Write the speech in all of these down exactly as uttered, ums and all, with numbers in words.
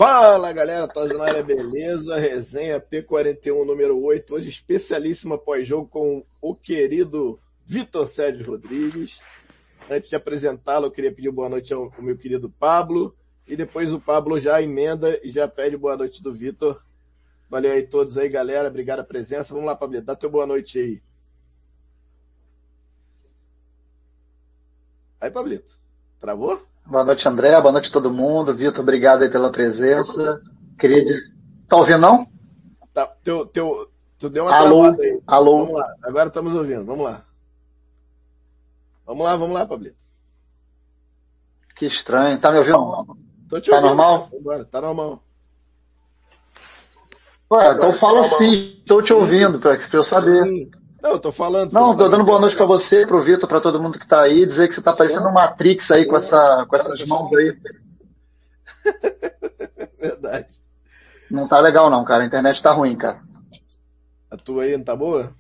Fala galera, Tozinória, beleza? Resenha P quarenta e um número oito, hoje especialíssima pós-jogo com o querido Vitor Sérgio Rodrigues. Antes de apresentá-lo, eu queria pedir boa noite ao, ao meu querido Pablo, e depois o Pablo já emenda e já pede boa noite do Vitor. Valeu aí todos aí galera, obrigado a presença. Vamos lá, Pablo, dá teu boa noite aí. Aí, Pablito, travou? Boa noite, André. Boa noite a todo mundo. Vitor, obrigado aí pela presença. Queria dizer... Tá ouvindo, não? Tá, teu, teu, tu deu uma alô, travada aí. Alô. Vamos lá, agora estamos ouvindo. Vamos lá. Vamos lá, vamos lá, Pablito. Que estranho. Tá me ouvindo? Tô te tá ouvindo. Normal? Agora, tá normal. Ué, então fala assim. Tô te ouvindo, pra, pra eu saber. Sim. Não, eu tô falando. Não, tô dando boa noite pra você, pro Vitor, pra todo mundo que tá aí, dizer que você tá parecendo um Matrix aí com, essa, com essas mãos aí. Verdade. Não tá legal não, cara. A internet tá ruim, cara. A tua aí não tá boa?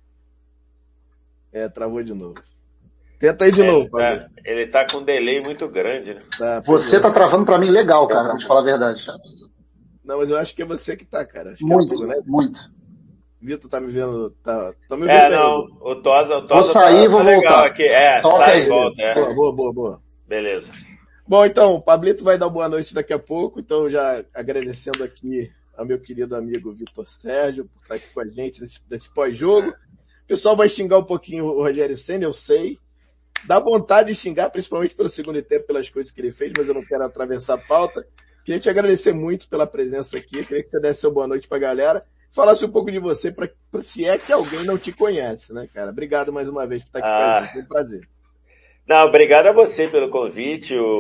É, travou de novo. Tenta aí de é, novo, ele tá, Pablo. ele tá com um delay muito grande, né? Tá, você tá travando pra mim legal, cara, pra te falar a verdade. Não, mas eu acho que é você que tá, cara. Acho muito, que é tu, né? muito. Vitor tá me vendo, tá, tá me vendo É, bem, não, né? o Tosa, o Tosa vou sair e tá, vou tá legal voltar. aqui. É, Toca sai aí. e volta, é. Boa, boa, boa, boa. Beleza. Bom, então, o Pablito vai dar boa noite daqui a pouco, então já agradecendo aqui ao meu querido amigo Vitor Sérgio por estar aqui com a gente nesse, nesse pós-jogo. O pessoal vai xingar um pouquinho o Rogério Ceni, eu sei. Dá vontade de xingar, principalmente pelo segundo tempo, pelas coisas que ele fez, mas eu não quero atravessar a pauta. Queria te agradecer muito pela presença aqui, queria que você desse seu boa noite pra galera. Falasse um pouco de você, pra, pra, se é que alguém não te conhece, né, cara? Obrigado mais uma vez por estar aqui ah. com a gente, foi um prazer. Não, obrigado a você pelo convite, o,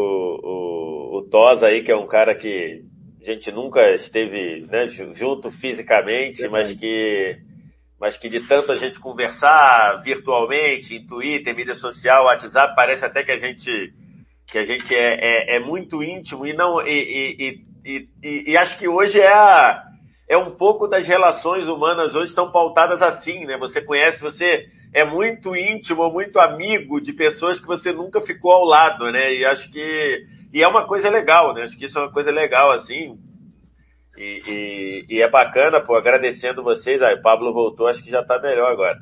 o, o Tosa aí, que é um cara que a gente nunca esteve, né, junto fisicamente, mas que, mas que de tanto a gente conversar virtualmente, em Twitter, mídia social, WhatsApp, parece até que a gente, que a gente é, é, é muito íntimo e não, e, e, e, e, e acho que hoje é a, é um pouco das relações humanas hoje estão pautadas assim, né? Você conhece, você é muito íntimo, muito amigo de pessoas que você nunca ficou ao lado, né? E acho que, e é uma coisa legal, né? Acho que isso é uma coisa legal, assim. E, e, e é bacana, pô, agradecendo vocês. Aí, o Pablo voltou, acho que já tá melhor agora.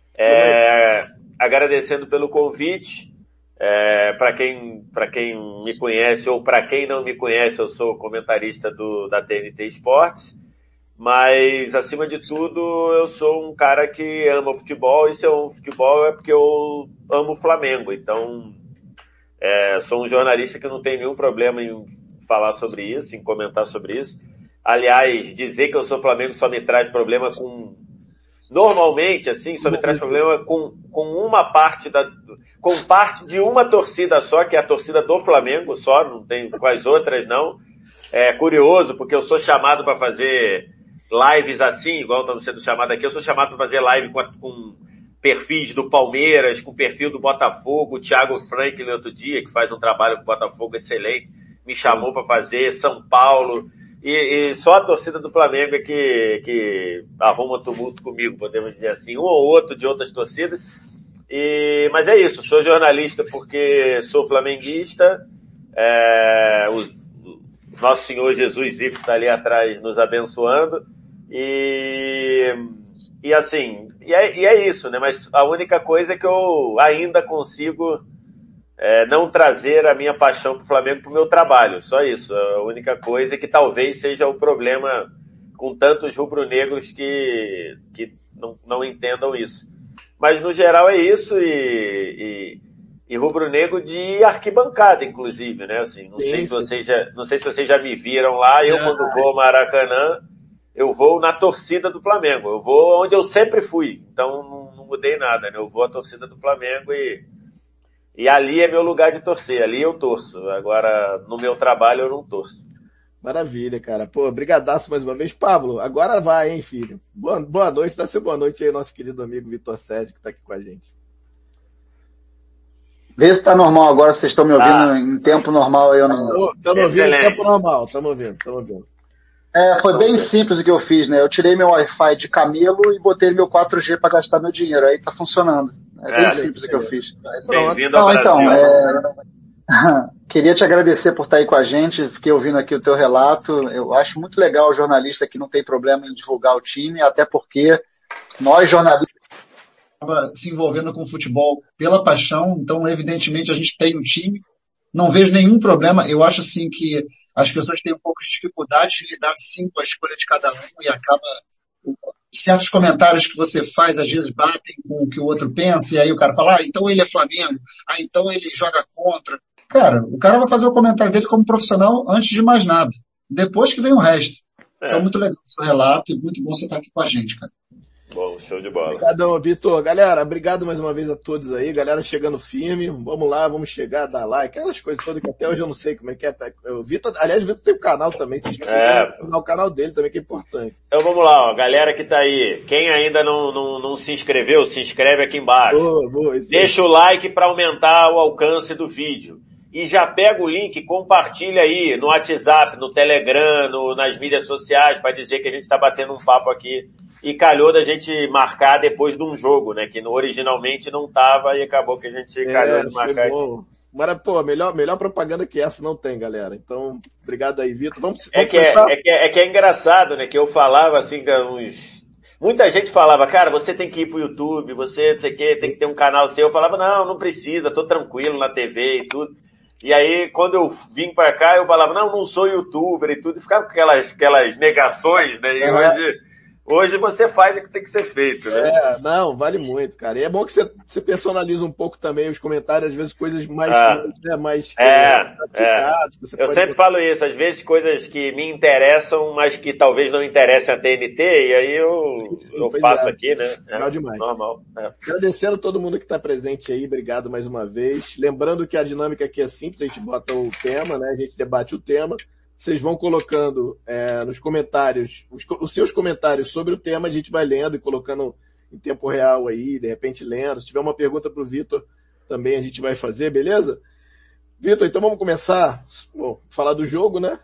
É, agradecendo pelo convite. É, para quem, para quem me conhece ou para quem não me conhece, eu sou comentarista do, da T N T Esportes. Mas, acima de tudo, eu sou um cara que ama futebol, e se eu amo futebol é porque eu amo o Flamengo. Então, é, sou um jornalista que não tem nenhum problema em falar sobre isso, em comentar sobre isso. Aliás, dizer que eu sou Flamengo só me traz problema com... Normalmente, assim, só me traz problema com, com uma parte da... com parte de uma torcida só, que é a torcida do Flamengo só, não tem quais outras não. É curioso, porque eu sou chamado para fazer... lives assim, igual estamos sendo chamado aqui, eu sou chamado para fazer live com, com perfis do Palmeiras, com perfil do Botafogo, o Thiago Franklin outro dia, que faz um trabalho com o Botafogo excelente, me chamou para fazer, São Paulo, e, e só a torcida do Flamengo é que, que arruma tumulto comigo, podemos dizer assim, um ou outro de outras torcidas, e, mas é isso, sou jornalista porque sou flamenguista, é, os Nosso Senhor Jesus está ali atrás nos abençoando. E, e assim, e é, e é isso, né? Mas a única coisa é que eu ainda consigo é, não trazer a minha paixão pro Flamengo pro meu trabalho. Só isso. A única coisa é que talvez seja o problema com tantos rubro-negros que, que não, não entendam isso. Mas no geral é isso e... e E rubro-negro de arquibancada, inclusive, né? Assim, não, sim, sei se vocês já, não sei se vocês já me viram lá. Eu, quando vou ao Maracanã, eu vou na torcida do Flamengo. Eu vou onde eu sempre fui. Então, não, não mudei nada, né? Eu vou à torcida do Flamengo e, e ali é meu lugar de torcer. Ali eu torço. Agora, no meu trabalho, eu não torço. Maravilha, cara. Pô, brigadaço mais uma vez. Pablo, agora vai, hein, filho? Boa, boa noite. Dá seu boa noite aí, nosso querido amigo Vitor Sérgio, que tá aqui com a gente. Vê se tá normal agora, vocês estão me ouvindo ah. em tempo normal aí ou não? Estamos ouvindo em tempo normal, estamos ouvindo, estamos ouvindo. É, foi bem simples o que eu fiz, né? Eu tirei meu Wi-Fi de camelo e botei meu quatro G para gastar meu dinheiro, aí tá funcionando. É bem é, simples o que eu fiz. Bem-vindo ao não, Brasil. Então, é... Queria te agradecer por estar aí com a gente, fiquei ouvindo aqui o teu relato. Eu acho muito legal o jornalista que não tem problema em divulgar o time, até porque nós jornalistas se envolvendo com o futebol pela paixão, então evidentemente a gente tem um time. Não vejo nenhum problema. Eu acho assim que as pessoas têm um pouco de dificuldade de lidar sim com a escolha de cada um e acaba certos comentários que você faz às vezes batem com o que o outro pensa e aí o cara fala, ah, então ele é Flamengo, ah, então ele joga contra. Cara, o cara vai fazer o comentário dele como profissional antes de mais nada. Depois que vem o resto. É. Então, muito legal o seu relato e muito bom você estar aqui com a gente, cara. Bom, show de bola. Obrigadão, Vitor. Galera, obrigado mais uma vez a todos aí. Galera chegando firme. Vamos lá, vamos chegar, dar like, aquelas coisas todas que até hoje eu não sei como é que é. O Vitor, aliás, o Vitor tem o canal também. Se inscreve é. no canal dele também, que é importante. Então vamos lá, ó. Galera que tá aí. Quem ainda não, não, não se inscreveu, se inscreve aqui embaixo. Boa, boa, isso Deixa mesmo. O like para aumentar o alcance do vídeo. E já pega o link, compartilha aí no WhatsApp, no Telegram, no, nas mídias sociais, para dizer que a gente está batendo um papo aqui. E calhou da gente marcar depois de um jogo, né? Que originalmente não tava e acabou que a gente é, calhou de marcar. Bom. Mas, pô, melhor, melhor propaganda que essa não tem, galera. Então, obrigado aí, Vitor. Vamos, vamos é, que é, é, que é, é que é engraçado, né? Que eu falava assim, uns... Muita gente falava, cara, você tem que ir pro YouTube, você, não sei o quê, tem que ter um canal seu. Eu falava, não, não precisa, tô tranquilo na T V e tudo. E aí, quando eu vim pra cá, eu falava, não, não sou youtuber e tudo, e ficava com aquelas, aquelas negações, né? E é. hoje, hoje você faz o que tem que ser feito, né? É, não, vale muito, cara. E é bom que você, você personaliza um pouco também os comentários, às vezes coisas mais, ah. né, mais é, é. Você eu pode... sempre falo isso, às vezes coisas que me interessam, mas que talvez não interessem a T N T, e aí eu, sim, sim, eu faço é. aqui, né? Legal é, demais. Normal. É. Agradecendo todo mundo que está presente aí, obrigado mais uma vez. Lembrando que a dinâmica aqui é simples, a gente bota o tema, né? A gente debate o tema. Vocês vão colocando é, nos comentários, os, os seus comentários sobre o tema, a gente vai lendo e colocando em tempo real aí, de repente lendo. Se tiver uma pergunta para o Vitor, também a gente vai fazer, beleza? Vitor, então vamos começar, bom, falar do jogo, né?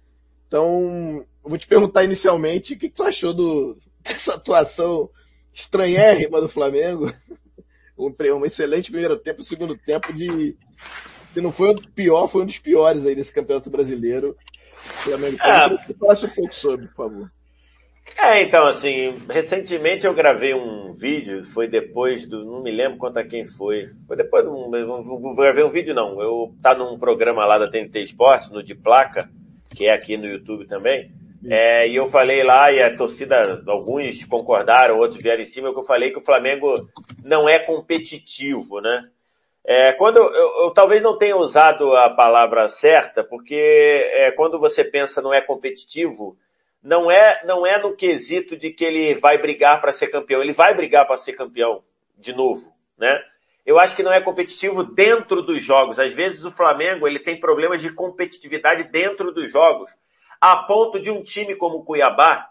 Então, eu vou te perguntar inicialmente, o que, que tu achou do, dessa atuação estranhérrima do Flamengo? Um, um excelente primeiro tempo, o segundo tempo de... que não foi o pior, foi um dos piores aí desse Campeonato Brasileiro. Flamengo, ah, que falasse um pouco sobre, por favor. É, então, assim, recentemente eu gravei um vídeo, foi depois do, não me lembro quanto a quem foi, foi depois de um, eu gravei um vídeo não, eu tá num programa lá da T N T Esportes, no De Placa, que é aqui no YouTube também, é, e eu falei lá, e a torcida, alguns concordaram, outros vieram em cima, que eu falei que o Flamengo não é competitivo, né? É, quando eu, eu, eu talvez não tenha usado a palavra certa, porque é, quando você pensa não é competitivo, não é, não é no quesito de que ele vai brigar para ser campeão, ele vai brigar para ser campeão de novo, né? Eu acho que não é competitivo dentro dos jogos. Às vezes o Flamengo ele tem problemas de competitividade dentro dos jogos, a ponto de um time como o Cuiabá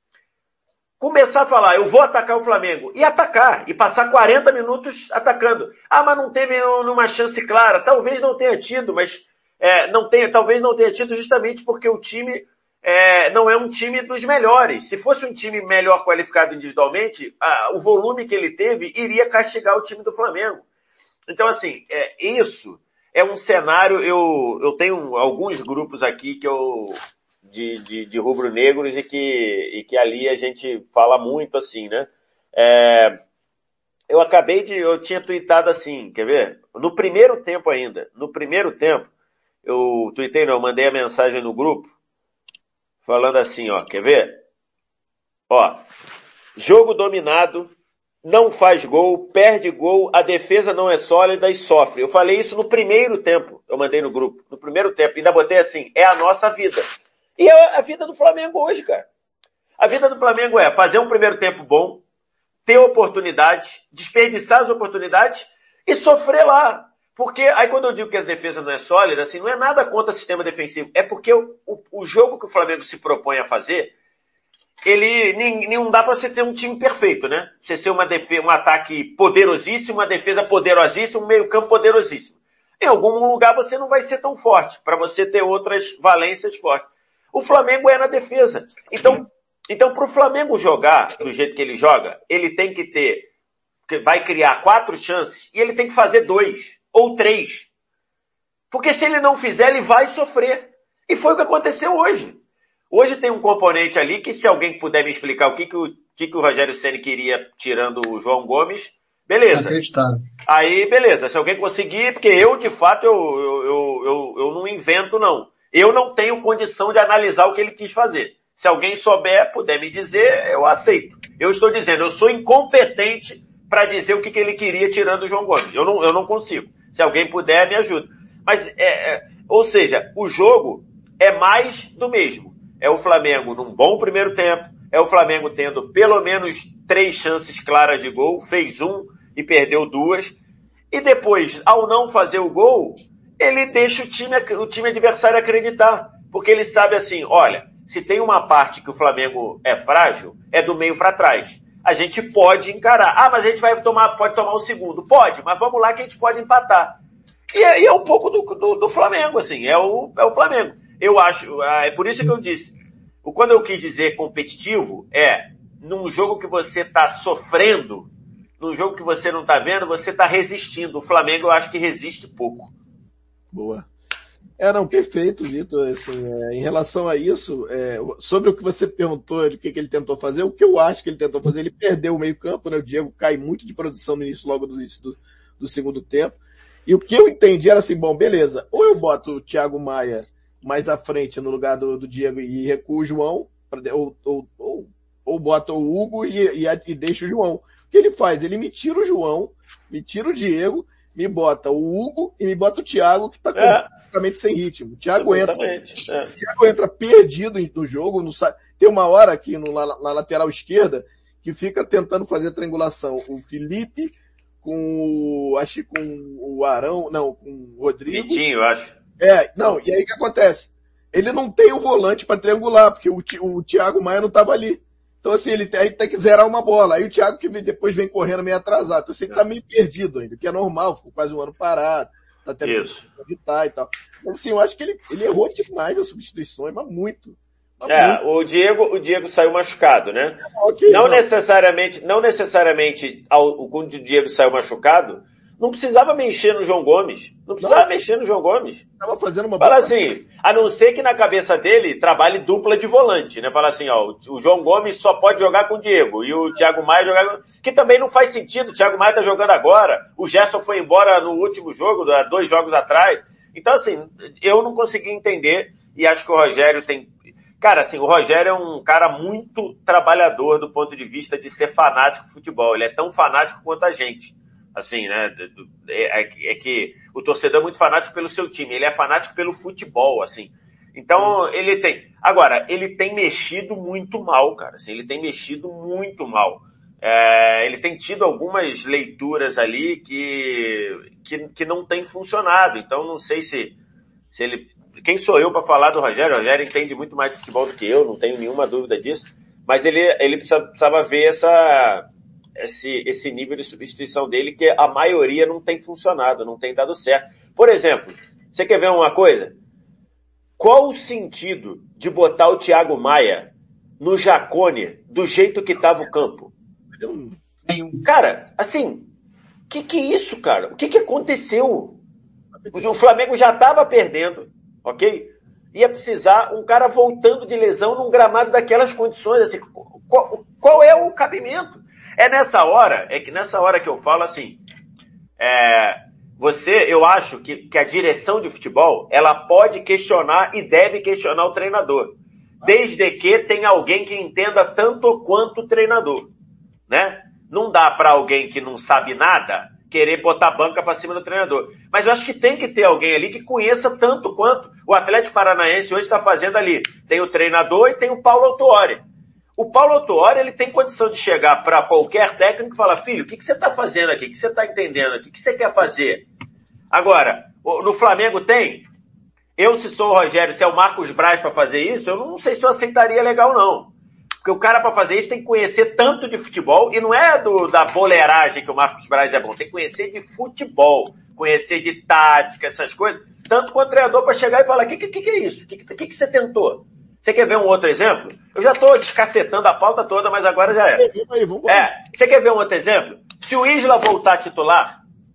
começar a falar, eu vou atacar o Flamengo, e atacar, e passar quarenta minutos atacando. Ah, mas não teve uma chance clara. Talvez não tenha tido, mas é, não tenha, talvez não tenha tido justamente porque o time é, não é um time dos melhores. Se fosse um time melhor qualificado individualmente, ah, o volume que ele teve iria castigar o time do Flamengo. Então, assim, é, isso é um cenário, eu, eu tenho alguns grupos aqui que eu... de, de, de rubro-negros e que, e que ali a gente fala muito assim, né? É, eu acabei de, eu tinha tweetado assim, quer ver? No primeiro tempo ainda, no primeiro tempo, eu tuitei não, eu mandei a mensagem no grupo, falando assim, ó, quer ver? Ó, jogo dominado, não faz gol, perde gol, a defesa não é sólida e sofre. Eu falei isso no primeiro tempo, eu mandei no grupo, no primeiro tempo, ainda botei assim, é a nossa vida. E é a vida do Flamengo hoje, cara. A vida do Flamengo é fazer um primeiro tempo bom, ter oportunidade, desperdiçar as oportunidades e sofrer lá. Porque, aí quando eu digo que a defesa não é sólida, assim, não é nada contra o sistema defensivo. É porque o, o, o jogo que o Flamengo se propõe a fazer, ele não dá pra você ter um time perfeito, né? Você ser uma defesa, um ataque poderosíssimo, uma defesa poderosíssima, um meio campo poderosíssimo. Em algum lugar você não vai ser tão forte, para você ter outras valências fortes. O Flamengo é na defesa. Então, então para o Flamengo jogar do jeito que ele joga, ele tem que ter, vai criar quatro chances e ele tem que fazer dois ou três. Porque se ele não fizer, ele vai sofrer. E foi o que aconteceu hoje. Hoje tem um componente ali que se alguém puder me explicar o que, que, o, que, que o Rogério Ceni queria tirando o João Gomes, beleza. Acreditável. Aí, beleza. Se alguém conseguir, porque eu, de fato, eu, eu, eu, eu, eu não invento, não. Eu não tenho condição de analisar o que ele quis fazer. Se alguém souber, puder me dizer, eu aceito. Eu estou dizendo, eu sou incompetente para dizer o que, que ele queria tirando o João Gomes. Eu não, eu não consigo. Se alguém puder, me ajuda. Mas, é, é, ou seja, o jogo é mais do mesmo. É o Flamengo num bom primeiro tempo, é o Flamengo tendo pelo menos três chances claras de gol, fez um e perdeu duas, e depois, ao não fazer o gol, ele deixa o time, o time adversário acreditar, porque ele sabe assim, olha, se tem uma parte que o Flamengo é frágil, é do meio para trás. A gente pode encarar. Ah, mas a gente vai tomar, pode tomar o segundo. Pode, mas vamos lá que a gente pode empatar. E é, e é um pouco do, do, do Flamengo, assim, é o, é o Flamengo. Eu acho, é por isso que eu disse, quando eu quis dizer competitivo, é, num jogo que você está sofrendo, num jogo que você não está vendo, você está resistindo. O Flamengo eu acho que resiste pouco. Boa. É, não, perfeito, Vitor. Assim, é, em relação a isso, é, sobre o que você perguntou, o que, que ele tentou fazer, o que eu acho que ele tentou fazer, ele perdeu o meio campo, né? O Diego cai muito de produção no início, logo do início do, do segundo tempo. E o que eu entendi era assim, bom, beleza, ou eu boto o Thiago Maia mais à frente no lugar do, do Diego e recuo o João, pra, ou, ou, ou, ou bota o Hugo e, e, e deixa o João. O que ele faz? Ele me tira o João, me tira o Diego, me bota o Hugo e me bota o Thiago, que tá é. completamente sem ritmo. O Thiago entra, é. o Thiago entra perdido no jogo, no, tem uma hora aqui no, na, na lateral esquerda que fica tentando fazer a triangulação. O Felipe com o, acho que com o Arão, não, com o Rodrigo. Vitinho, eu acho. É, não, e aí o que acontece? Ele não tem o volante para triangular, porque o, o Thiago Maia não tava ali. Então assim, ele tem, tem que zerar uma bola. Aí o Thiago que depois vem correndo meio atrasado. Então assim, ele tá meio perdido ainda, que é normal, ficou quase um ano parado, tá tendo Isso. que evitar e tal. Mas assim, eu acho que ele, ele errou demais nas substituições, mas muito. Mas é, muito. o Diego, o Diego saiu machucado, né? É, okay, não, não necessariamente, não necessariamente, ao, quando o Diego saiu machucado, não precisava mexer no João Gomes. Não precisava não. mexer no João Gomes. Tava fazendo uma Fala assim, a não ser que na cabeça dele trabalhe dupla de volante, né? Fala assim, ó, o João Gomes só pode jogar com o Diego e o Thiago Maia jogar com... Que também não faz sentido, o Thiago Maia tá jogando agora, o Gerson foi embora no último jogo, dois jogos atrás. Então assim, eu não consegui entender e acho que o Rogério tem... Cara, assim, o Rogério é um cara muito trabalhador do ponto de vista de ser fanático de futebol. Ele é tão fanático quanto a gente. Assim, né, é, é que o torcedor é muito fanático pelo seu time, ele é fanático pelo futebol, assim. Então, Sim. ele tem, agora, ele tem mexido muito mal, cara, assim, ele tem mexido muito mal. É, ele tem tido algumas leituras ali que, que, que não tem funcionado, então não sei se, se ele, quem sou eu para falar do Rogério? O Rogério entende muito mais de futebol do que eu, não tenho nenhuma dúvida disso, mas ele, ele precisava, precisava ver essa... Esse, esse nível de substituição dele, que a maioria não tem funcionado, não tem dado certo. Por exemplo, você quer ver uma coisa? Qual o sentido de botar o Thiago Maia no Jacone do jeito que estava o campo? Cara, assim, que que é isso, cara? O que que aconteceu? O Flamengo já estava perdendo, ok? Ia precisar um cara voltando de lesão num gramado daquelas condições, assim, qual, qual é o cabimento? É nessa hora, é que nessa hora que eu falo assim, é, você, eu acho que, que a direção de futebol, ela pode questionar e deve questionar o treinador, desde que tenha alguém que entenda tanto quanto o treinador, né? Não dá para alguém que não sabe nada querer botar a banca para cima do treinador. Mas eu acho que tem que ter alguém ali que conheça tanto quanto o Atlético Paranaense hoje está fazendo ali. Tem o treinador e tem o Paulo Autuori. O Paulo Autuori, ele tem condição de chegar para qualquer técnico e falar, filho, o que, que você está fazendo aqui? O que você está entendendo aqui? O que você quer fazer? Agora, no Flamengo tem? Eu, se sou o Rogério, se é o Marcos Braz para fazer isso, eu não sei se eu aceitaria legal, não. Porque o cara para fazer isso tem que conhecer tanto de futebol, e não é do, da boleiragem que o Marcos Braz é bom, tem que conhecer de futebol, conhecer de tática, essas coisas, tanto quanto o treinador para chegar e falar, o que, que, que é isso? O que, que, que você tentou? Você quer ver um outro exemplo? Eu já estou descacetando a pauta toda, mas agora já é. É, você quer ver um outro exemplo? Se o Isla voltar titular,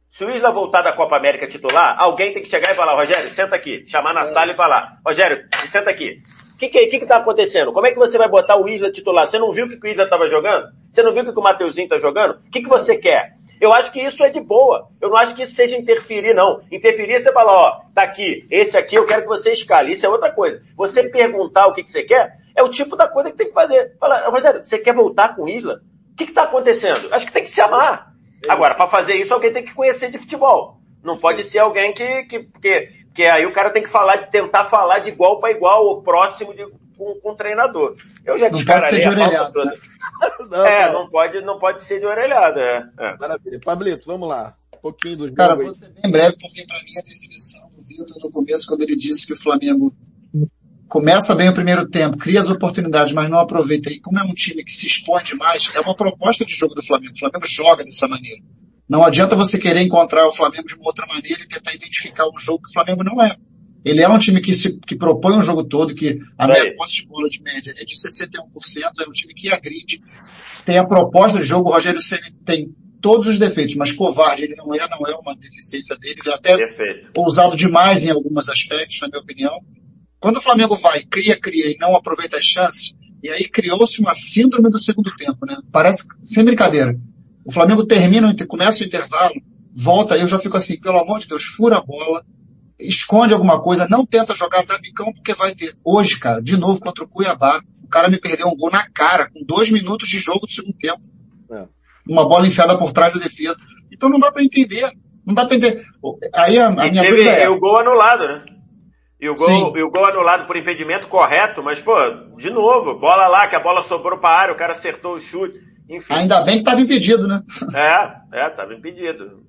Se o Isla voltar da Copa América titular, alguém tem que chegar e falar, Rogério, senta aqui. Chamar na é. sala e falar, Rogério, senta aqui. O que que, que que tá acontecendo? Como é que você vai botar o Isla titular? Você não viu o que, que o Isla estava jogando? Você não viu o que, que o Mateuzinho tá jogando? O que que você quer? Eu acho que isso é de boa. Eu não acho que isso seja interferir, não. Interferir é você falar, ó, tá aqui, esse aqui eu quero que você escale. Isso é outra coisa. Você perguntar o que que você quer, é o tipo da coisa que tem que fazer. Fala, Rogério, você quer voltar com o Isla? O que que tá acontecendo? Acho que tem que se amar. Agora, para fazer isso, alguém tem que conhecer de futebol. Não pode ser alguém que, que, que, que aí o cara tem que falar, tentar falar de igual para igual, ou próximo de, com, com o treinador. Eu já descaralhei a pauta toda. Não, é, cara. não pode, não pode ser de orelhada. É. É. Maravilha. Pablito, vamos lá. Um pouquinho do jogo. Cara, vou ser bem breve, porque para mim a definição do Vitor no começo, quando ele disse que o Flamengo começa bem o primeiro tempo, cria as oportunidades, mas não aproveita. E como é um time que se expõe demais, é uma proposta de jogo do Flamengo. O Flamengo joga dessa maneira. Não adianta você querer encontrar o Flamengo de uma outra maneira e tentar identificar um jogo que o Flamengo não é. Ele é um time que se que propõe um jogo todo, que a média posse de bola de média é de sessenta e um por cento, é um time que agride, tem a proposta de jogo. O Rogério Ceni tem todos os defeitos, mas covarde ele não é, não é uma deficiência dele, ele é até Perfeito. ousado demais em alguns aspectos, na minha opinião. Quando o Flamengo vai, cria, cria e não aproveita as chances, e aí criou-se uma síndrome do segundo tempo, né? Parece, sem brincadeira, o Flamengo termina, começa o intervalo, volta, eu já fico assim, pelo amor de Deus, fura a bola, esconde alguma coisa, não tenta jogar da bicão, porque vai ter. Hoje, cara, de novo contra o Cuiabá, o cara me perdeu um gol na cara, com dois minutos de jogo do segundo tempo. É. Uma bola enfiada por trás da defesa. Então não dá pra entender. Não dá pra entender. Aí a, a minha teve, dúvida é... E o gol anulado, né? E o gol, e o gol anulado por impedimento correto, mas, pô, de novo, bola lá, que a bola sobrou pra área, o cara acertou o chute, enfim. Ainda bem que tava impedido, né? É, é, tava impedido.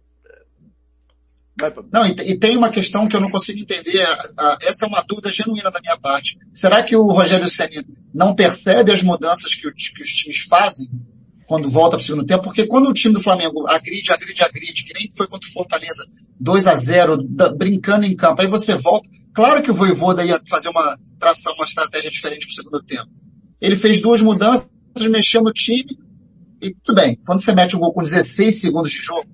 Não, e, e tem uma questão que eu não consigo entender, a, a, essa é uma dúvida genuína da minha parte. Será que o Rogério Ceni não percebe as mudanças que, o, que os times fazem quando volta para o segundo tempo? Porque quando o time do Flamengo agride, agride, agride, que nem foi contra o Fortaleza, dois a zero, da, brincando em campo, aí você volta, claro que o Vojvoda ia fazer uma, traçar uma estratégia diferente para o segundo tempo. Ele fez duas mudanças, mexeu no time, e tudo bem, quando você mete um gol com dezesseis segundos de jogo,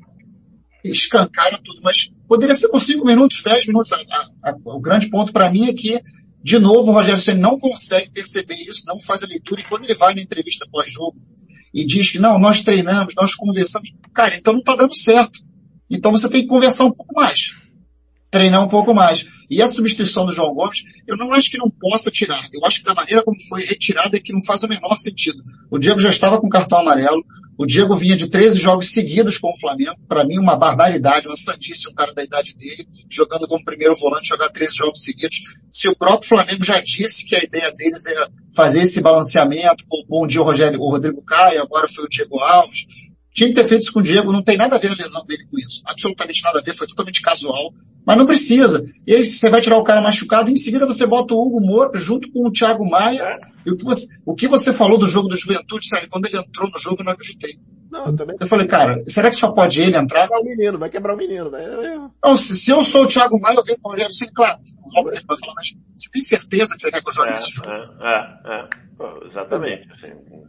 escancara tudo, mas poderia ser com cinco minutos, dez minutos. A, a, a, o grande ponto para mim é que, de novo, o Rogério Ceni não consegue perceber isso, não faz a leitura, e quando ele vai na entrevista pós-jogo e diz que não, nós treinamos, nós conversamos, cara, então não está dando certo. Então você tem que conversar um pouco mais, treinar um pouco mais. E a substituição do João Gomes, eu não acho que não possa tirar. Eu acho que da maneira como foi retirada é que não faz o menor sentido. O Diego já estava com cartão amarelo, o Diego vinha de treze jogos seguidos com o Flamengo, para mim uma barbaridade, uma sandice um cara da idade dele, jogando como primeiro volante, jogar treze jogos seguidos. Se o próprio Flamengo já disse que a ideia deles era fazer esse balanceamento, poupou um dia o, Rogério, o Rodrigo Caio, agora foi o Diego Alves, tinha que ter feito isso com o Diego, não tem nada a ver a lesão dele com isso. Absolutamente nada a ver, foi totalmente casual. Mas não precisa. E aí você vai tirar o cara machucado, em seguida você bota o Hugo Moura junto com o Thiago Maia. É. E o que, você, o que você falou do jogo do Juventude, sabe? Quando ele entrou no jogo eu não acreditei. Não, eu, também... eu falei, cara, será que só pode ele entrar? Vai quebrar o menino, vai quebrar o menino. Vai... Não, se, se eu sou o Thiago Maia, eu venho com o Rogério Ceni, claro. O Robert vai falar, mas você tem certeza que você quer que eu jogue nesse jogo? É, é, é. Pô, exatamente. Assim.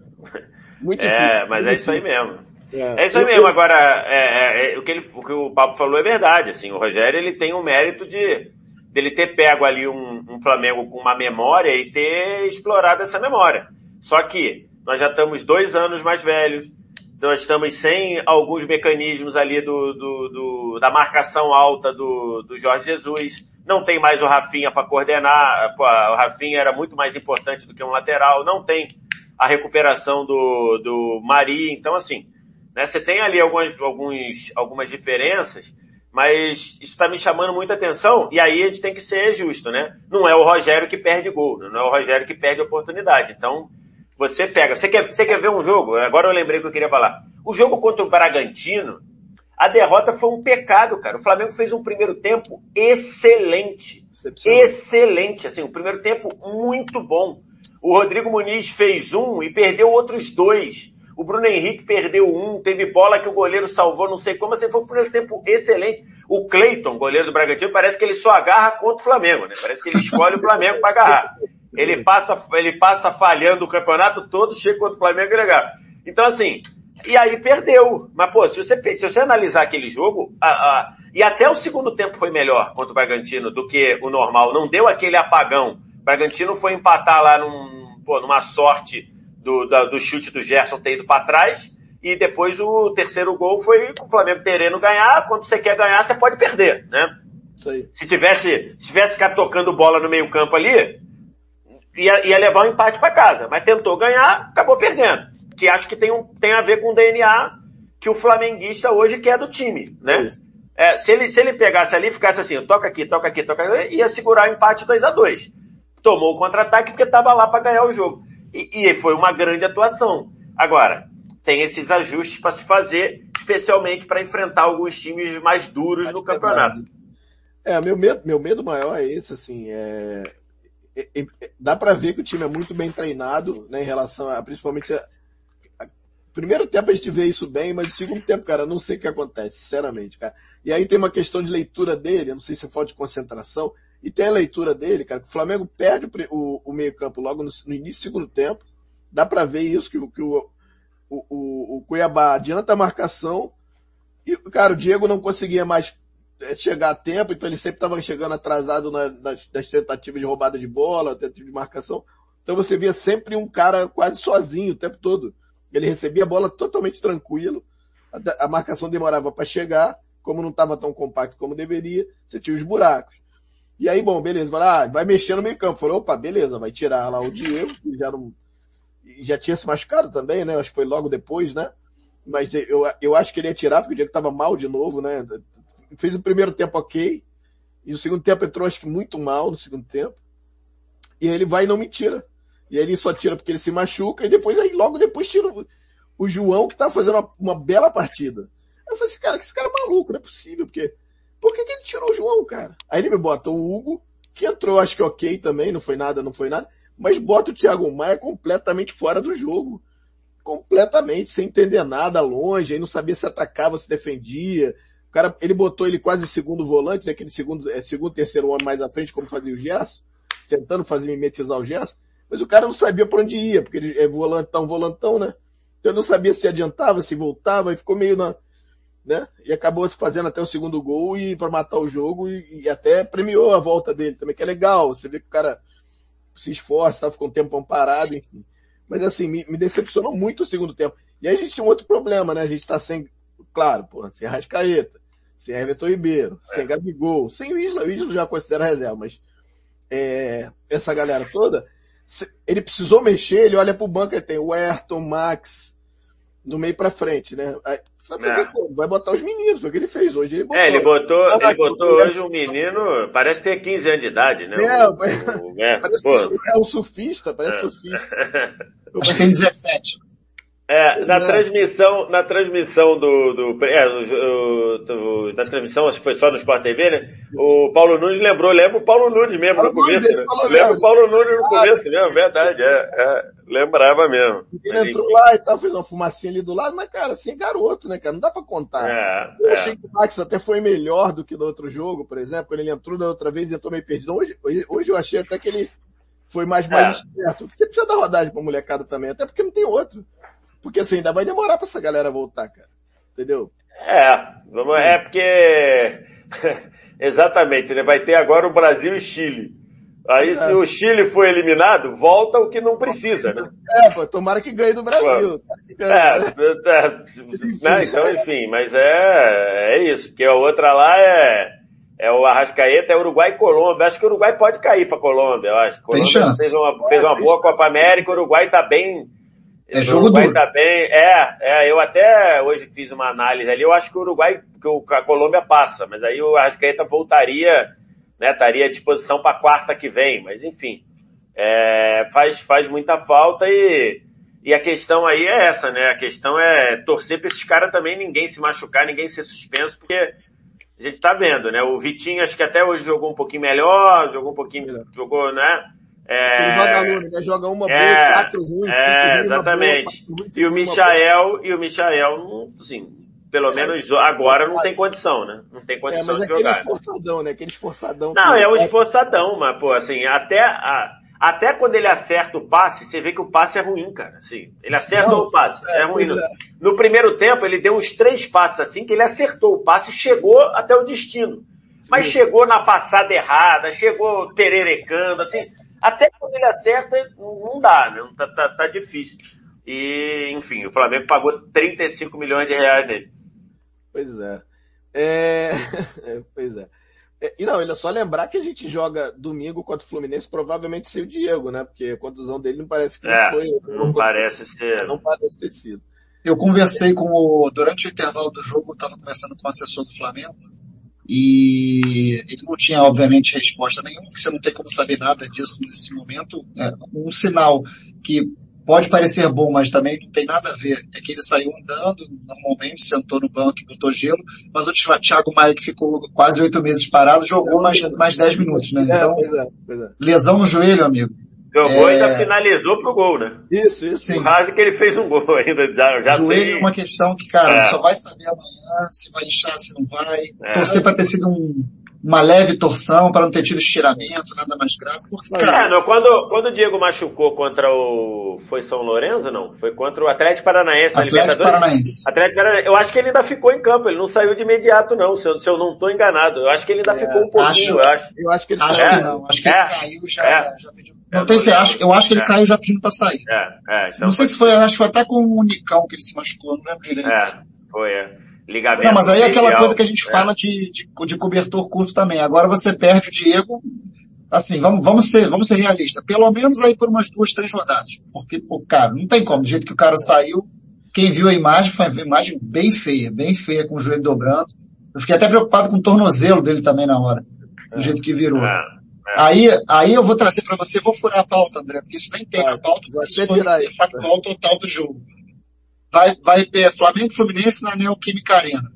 Muito é, difícil. Mas muito é isso aí difícil. mesmo. É, é isso aí eu, mesmo. Eu... Agora, é, é, o, que ele, o que o Pablo falou é verdade. Assim, o Rogério ele tem o mérito de dele ter pego ali um, um Flamengo com uma memória e ter explorado essa memória. Só que nós já estamos dois anos mais velhos, nós estamos sem alguns mecanismos ali do, do, do, da marcação alta do, do Jorge Jesus. Não tem mais o Rafinha para coordenar. Pô, o Rafinha era muito mais importante do que um lateral. Não tem a recuperação do, do Mari. Então, assim, né, você tem ali algumas, alguns, algumas diferenças, mas isso está me chamando muita atenção, e aí a gente tem que ser justo, né? Não é o Rogério que perde gol, não é o Rogério que perde oportunidade. Então, você pega, você quer, você quer ver um jogo? Agora eu lembrei que eu queria falar. O jogo contra o Bragantino, a derrota foi um pecado, cara. O Flamengo fez um primeiro tempo excelente. Excelente, assim, um primeiro tempo muito bom. O Rodrigo Muniz fez um e perdeu outros dois. O Bruno Henrique perdeu um, teve bola que o goleiro salvou, não sei como, assim, foi um primeiro tempo excelente. O Cleiton, goleiro do Bragantino, parece que ele só agarra contra o Flamengo, né? Parece que ele escolhe o Flamengo para agarrar. Ele passa, ele passa falhando o campeonato todo, chega contra o Flamengo e legal. Então, assim, e aí perdeu. Mas, pô, se você, se você analisar aquele jogo, a, a, e até o segundo tempo foi melhor contra o Bragantino do que o normal. Não deu aquele apagão. O Bragantino foi empatar lá num, pô, numa sorte do, da, do chute do Gerson ter ido para trás. E depois o terceiro gol foi o Flamengo tereno ganhar. Quando você quer ganhar, você pode perder, né? Isso aí. Se tivesse, se tivesse ficar tocando bola no meio campo ali, ia, ia levar um empate para casa. Mas tentou ganhar, acabou perdendo. Que acho que tem, um, tem a ver com o D N A que o flamenguista hoje quer do time, né? É, se ele, se ele pegasse ali e ficasse assim, toca aqui, toca aqui, toca aqui, ia segurar o empate dois a dois. Tomou o contra-ataque porque estava lá para ganhar o jogo. E, e foi uma grande atuação. Agora, tem esses ajustes para se fazer, especialmente para enfrentar alguns times mais duros no campeonato. É, meu medo, meu medo maior é esse, assim, é, é, é dá para ver que o time é muito bem treinado, né, em relação a, principalmente, a, a, primeiro tempo a gente vê isso bem, mas no segundo tempo, cara, eu não sei o que acontece, sinceramente, cara. E aí tem uma questão de leitura dele, eu não sei se é falta de concentração, e tem a leitura dele, cara, que o Flamengo perde o, o meio campo logo no, no início do segundo tempo, dá para ver isso, que, que o, o, o, o Cuiabá adianta a marcação, e, cara, o Diego não conseguia mais chegar a tempo, então ele sempre estava chegando atrasado na, nas, nas tentativas de roubada de bola, tentativa de marcação. Então você via sempre um cara quase sozinho o tempo todo. Ele recebia a bola totalmente tranquilo, a, a marcação demorava para chegar, como não estava tão compacto como deveria, você tinha os buracos. E aí, bom, beleza, vai, lá, vai mexer no meio campo. Falou, opa, beleza, vai tirar lá o Diego, que já não, já tinha se machucado também, né? Acho que foi logo depois, né? Mas eu, eu acho que ele ia tirar, porque o Diego estava mal de novo, né? Fez o primeiro tempo ok, e o segundo tempo entrou acho que muito mal no segundo tempo, e aí ele vai e não me tira. E aí ele só tira porque ele se machuca, e depois, aí logo depois tira o, o João, que tá fazendo uma, uma bela partida. Aí eu falei assim, cara, que esse cara é maluco, não é possível, porque, por que que ele tirou o João, cara? Aí ele me bota o Hugo, que entrou acho que ok também, não foi nada, não foi nada, mas bota o Thiago Maia completamente fora do jogo. Completamente, sem entender nada, longe, aí não sabia se atacava, se defendia. O cara, ele botou ele quase segundo volante, né, aquele segundo, é, segundo, terceiro homem mais à frente, como fazia o Gerson, tentando fazer mimetizar o Gerson, mas o cara não sabia por onde ia, porque ele é volantão, volantão, né? Então ele não sabia se adiantava, se voltava, e ficou meio na, né? E acabou fazendo até o segundo gol e para matar o jogo e, e até premiou a volta dele também, que é legal. Você vê que o cara se esforça, ficou um tempão parado, enfim. Mas assim, me, me decepcionou muito o segundo tempo. E aí a gente tinha um outro problema, né? A gente tá sem, claro, porra, sem Arrascaeta, sem Everton Ribeiro, é. sem Gabigol, sem o Isla, o Isla já considera reserva, mas é, essa galera toda, ele precisou mexer, ele olha pro banco e tem o Ayrton, Max, do meio pra frente, né? Aí, é. Vai botar os meninos, foi o que ele fez hoje. Ele botou, é, ele botou, ele botou hoje um menino, parece ter quinze anos de idade, né? É, o, o, é, parece que é um surfista, parece é. surfista. Acho que tem dezessete. É, na é. transmissão, na transmissão do, do, é, do, do, da transmissão, acho que foi só no Sport T V, né? O Paulo Nunes lembrou, lembra o Paulo Nunes mesmo Paulo no começo, Nunes, né? Lembra o Paulo Nunes no ah, começo mesmo, verdade, é, é, lembrava mesmo. Ele mas, entrou enfim. lá e tal, fez uma fumacinha ali do lado, mas cara, assim, é garoto, né, cara? Não dá pra contar. É, Eu é. achei que o Max até foi melhor do que do outro jogo, por exemplo, quando ele entrou da outra vez e entrou meio perdido. Hoje, hoje, hoje eu achei até que ele foi mais, mais é. esperto. Você precisa dar rodagem pra molecada também, até porque não tem outro. Porque assim, ainda vai demorar pra essa galera voltar, cara. Entendeu? É, vamos, é porque... Exatamente, né? Vai ter agora o Brasil e Chile. Aí é. se o Chile for eliminado, volta o que não precisa, né? É, pô, tomara que ganhe do Brasil. Ganhe, é, é, né? Então, enfim, mas é, é isso. Porque a outra lá é, é o Arrascaeta, é Uruguai e Colômbia. Acho que o Uruguai pode cair pra Colômbia, eu acho. Colômbia tem chance. Fez uma, fez uma boa Copa América, o Uruguai tá bem... É jogo duro. Tá bem, é, é, eu até hoje fiz uma análise ali, eu acho que o Uruguai, que a Colômbia passa, mas aí o Arrascaeta voltaria, né, estaria à disposição para quarta que vem, mas enfim, é, faz, faz muita falta e, e a questão aí é essa, né, a questão é torcer para esses caras também, ninguém se machucar, ninguém ser suspenso, porque a gente tá vendo, né, o Vitinho acho que até hoje jogou um pouquinho melhor, jogou um pouquinho, jogou, né, É, ele vagalume, né? Joga uma boa, é, quatro ruins, é, cinco ruins, exatamente. Boa, ruins, e o Michael, e o Michael, assim, pelo é, menos agora não tem condição, né? Não tem condição é, mas de jogar. Aquele esforçadão, né? Aquele esforçadão. Não, é um esforçadão, mas, pô, assim, até a, até quando ele acerta o passe, você vê que o passe é ruim, cara. Assim, ele acerta Não, o passe, é, é ruim. É. No primeiro tempo, ele deu uns três passes assim, que ele acertou o passe e chegou até o destino. Mas chegou na passada errada, chegou pererecando, assim, até quando ele acerta, não dá, né? Tá, tá, tá difícil. E, enfim, o Flamengo pagou trinta e cinco milhões de reais nele. Pois é. é... pois é. é. E não, ele é só lembrar que a gente joga domingo contra o Fluminense, provavelmente sem o Diego, né? Porque a contusão dele não parece que é, não foi. Não, não parece ser. Não parece ter sido. Eu conversei com o, durante o intervalo do jogo, eu estava conversando com o assessor do Flamengo, e ele não tinha, obviamente, resposta nenhuma, porque você não tem como saber nada disso nesse momento. É um sinal que pode parecer bom, mas também não tem nada a ver. É que ele saiu andando, normalmente, sentou no banco e botou gelo, mas o Thiago Maia, que ficou quase oito meses parado, jogou mais, mais dez minutos, né? Então, é, pois é, pois é. Lesão no joelho, amigo. Jogou é... e já finalizou pro gol, né? Isso, isso. Sim. Quase que ele fez um gol ainda. Já, já joelho sei. é uma questão que, cara, é. só vai saber amanhã se vai inchar, se não vai. É. Torcer pra ter sido um... uma leve torção, para não ter tido estiramento, nada mais grave, porque, cara... É, não, quando, quando o Diego machucou contra o... Foi São Lourenço, não? Foi contra o Atlético Paranaense. Atlético Paranaense. Atlético Paranaense. Eu acho que ele ainda ficou em campo, ele não saiu de imediato, não, se eu, se eu não estou enganado. Eu acho que ele ainda é, ficou um pouquinho, acho, eu acho. Eu acho que ele acho saiu. Que não, acho que é, ele caiu já, é, já pediu. Não tem se acho, eu acho que ele é. caiu já pedindo pra sair. É, é, então não sei se foi, acho que foi até com o Nicão que ele se machucou, não lembro direito. É, foi, é. Ligamento. Não, mas aí é aquela medial, coisa que a gente é. fala de, de, de cobertor curto também. Agora você perde o Diego, assim, vamos, vamos ser, vamos ser realistas. Pelo menos aí por umas duas, três rodadas. Porque, pô, cara, não tem como. Do jeito que o cara saiu, quem viu a imagem foi uma imagem bem feia, bem feia, com o joelho dobrando. Eu fiquei até preocupado com o tornozelo dele também na hora. Do é. jeito que virou. É. É. Aí, aí eu vou trazer pra você, vou furar a pauta, André, porque isso nem tem na pauta, porque isso foi ser factual total do jogo. Vai, vai ter Flamengo e Fluminense na Neoquímica Arena.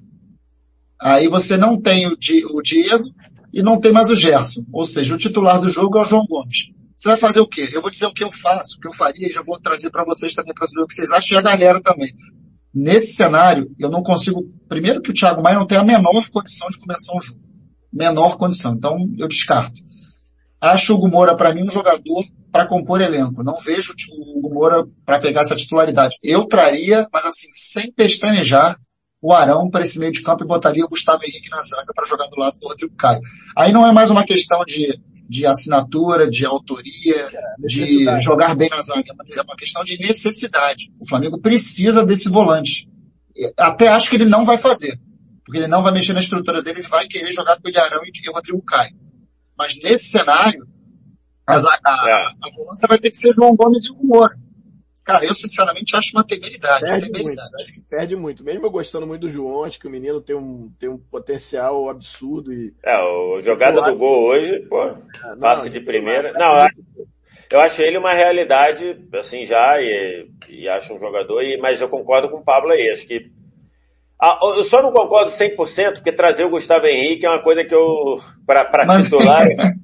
Aí você não tem o, Di, o Diego e não tem mais o Gerson. Ou seja, o titular do jogo é o João Gomes. Você vai fazer o quê? Eu vou dizer o que eu faço, o que eu faria, e já vou trazer para vocês também para saber o que vocês acham e a galera também. Nesse cenário, eu não consigo... Primeiro que o Thiago Maia não tem a menor condição de começar um jogo. Menor condição. Então, eu descarto. Acho o Hugo Moura, para mim, um jogador para compor elenco. Não vejo o Hugo Moura para pegar essa titularidade. Eu traria, mas assim, sem pestanejar, o Arão para esse meio de campo e botaria o Gustavo Henrique na zaga para jogar do lado do Rodrigo Caio. Aí não é mais uma questão de, de assinatura, de autoria, é, de jogar bem na zaga. É uma questão de necessidade. O Flamengo precisa desse volante. Até acho que ele não vai fazer. Porque ele não vai mexer na estrutura dele, ele vai querer jogar com o Arão e o Rodrigo Caio. Mas nesse cenário, a, a, a volância vai ter que ser João Gomes e o Moura. Cara, eu sinceramente acho uma temeridade. Perde uma temeridade. muito, acho que perde muito. Mesmo eu gostando muito do João, acho que o menino tem um, tem um potencial absurdo. E... É, a jogada do gol hoje, pô, ah, não, passe de primeira. Não, eu acho, eu acho ele uma realidade, assim, já, e, e acho um jogador, e, mas eu concordo com o Pablo aí, acho que Ah, eu só não concordo cem por cento, porque trazer o Gustavo Henrique é uma coisa que eu, pra, pra Mas... titular,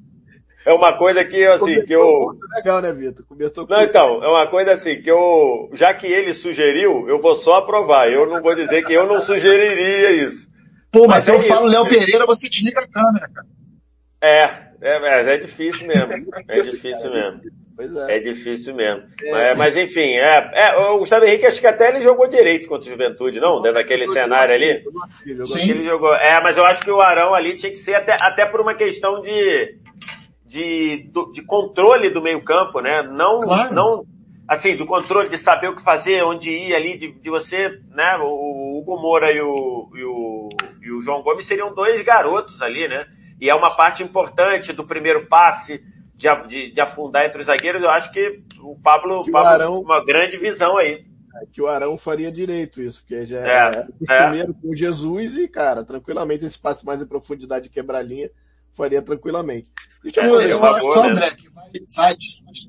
é uma coisa que, assim, que eu... Legal, né, Vitor? Cobertor não, então, é uma coisa assim, que eu, já que ele sugeriu, eu vou só aprovar, eu não vou dizer que eu não sugeriria isso. Pô, mas, mas se é eu isso, falo Léo Pereira, você desliga a câmera, cara. É, é, mas é difícil mesmo, é difícil mesmo. Pois é. É difícil mesmo. É. Mas, mas enfim, é, é, o Gustavo Henrique acho que até ele jogou direito contra o Juventude, não? Dentro daquele cenário ali. Sim. Ele jogou. É, mas eu acho que o Arão ali tinha que ser até, até por uma questão de, de, de controle do meio campo, né? Não, claro. não, assim, do controle de saber o que fazer, onde ir ali, de, de você, né? O Hugo Moura e o, e o, e o João Gomes seriam dois garotos ali, né? E é uma parte importante do primeiro passe, De, de, de afundar entre os zagueiros. Eu acho que o Pablo, que Pablo o Arão, uma grande visão aí. Que o Arão faria direito isso, porque já é, é o primeiro com Jesus e, cara, tranquilamente esse passe mais em profundidade de quebrar linha faria tranquilamente. Deixa eu, eu, eu acho só, André, que vai, vai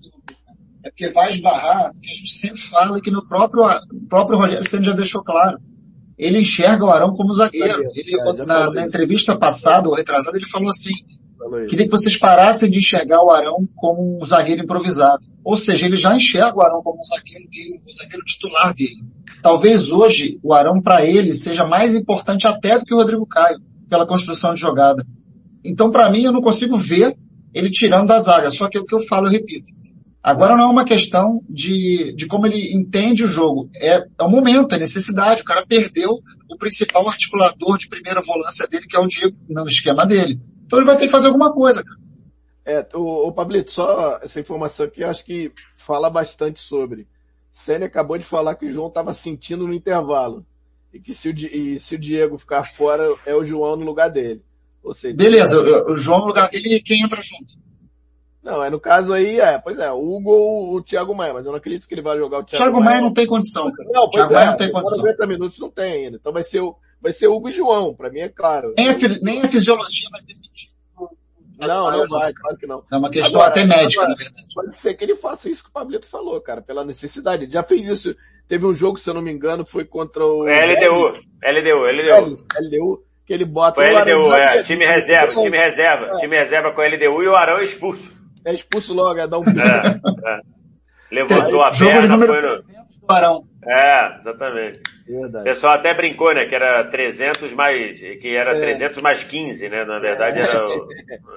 é porque vai esbarrar, porque a gente sempre fala que no próprio, o próprio Rogério Ceni já deixou claro. Ele enxerga o Arão como zagueiro. Ele, é, na, na entrevista passada, ou retrasada, ele falou assim, queria que vocês parassem de enxergar o Arão como um zagueiro improvisado. Ou seja, ele já enxerga o Arão como um zagueiro dele, um zagueiro titular dele. Talvez hoje o Arão, para ele, seja mais importante até do que o Rodrigo Caio, pela construção de jogada. Então, para mim, eu não consigo ver ele tirando da zaga. Só que é o que eu falo, eu repito. Agora não é uma questão de, de como ele entende o jogo. É, é o momento, é necessidade. O cara perdeu o principal articulador de primeira volância dele, que é o Diego, no esquema dele. Então ele vai ter que fazer alguma coisa, cara. É, o, o Pablito, só essa informação aqui, eu acho que fala bastante sobre. Ceni acabou de falar que o João estava sentindo no intervalo. E que se o, e se o Diego ficar fora, é o João no lugar dele. Ou seja, beleza, o, o João no lugar dele, quem entra junto? Não, é no caso aí, é, pois é, o Hugo ou o Thiago Maia, mas eu não acredito que ele vai jogar o Thiago, Thiago Maia. Thiago Maia não tem condição, cara. Não, o Thiago é, Maia não tem condição. noventa minutos não tem ainda. Então vai ser o, vai ser Hugo e João, pra mim é claro. Nem a, nem a fisiologia vai permitir. Não, não vai, claro que não. É uma questão agora, até médica, agora, na verdade. Pode ser que ele faça isso que o Pablito falou, cara, pela necessidade. Ele já fez isso. Teve um jogo, se eu não me engano, foi contra o... L D U, L D U, L D U. L D U, que ele bota... Foi L D U, é, time reserva, time reserva, time reserva com L D U e o Arão é expulso. É expulso logo, é dar um bico. É, é. Levantou a jogo perna, número foi no... trezentos do Arão. É, exatamente. Verdade. O pessoal até brincou, né, que era trezentos mais, que era é. trezentos mais quinze, né, na verdade era o...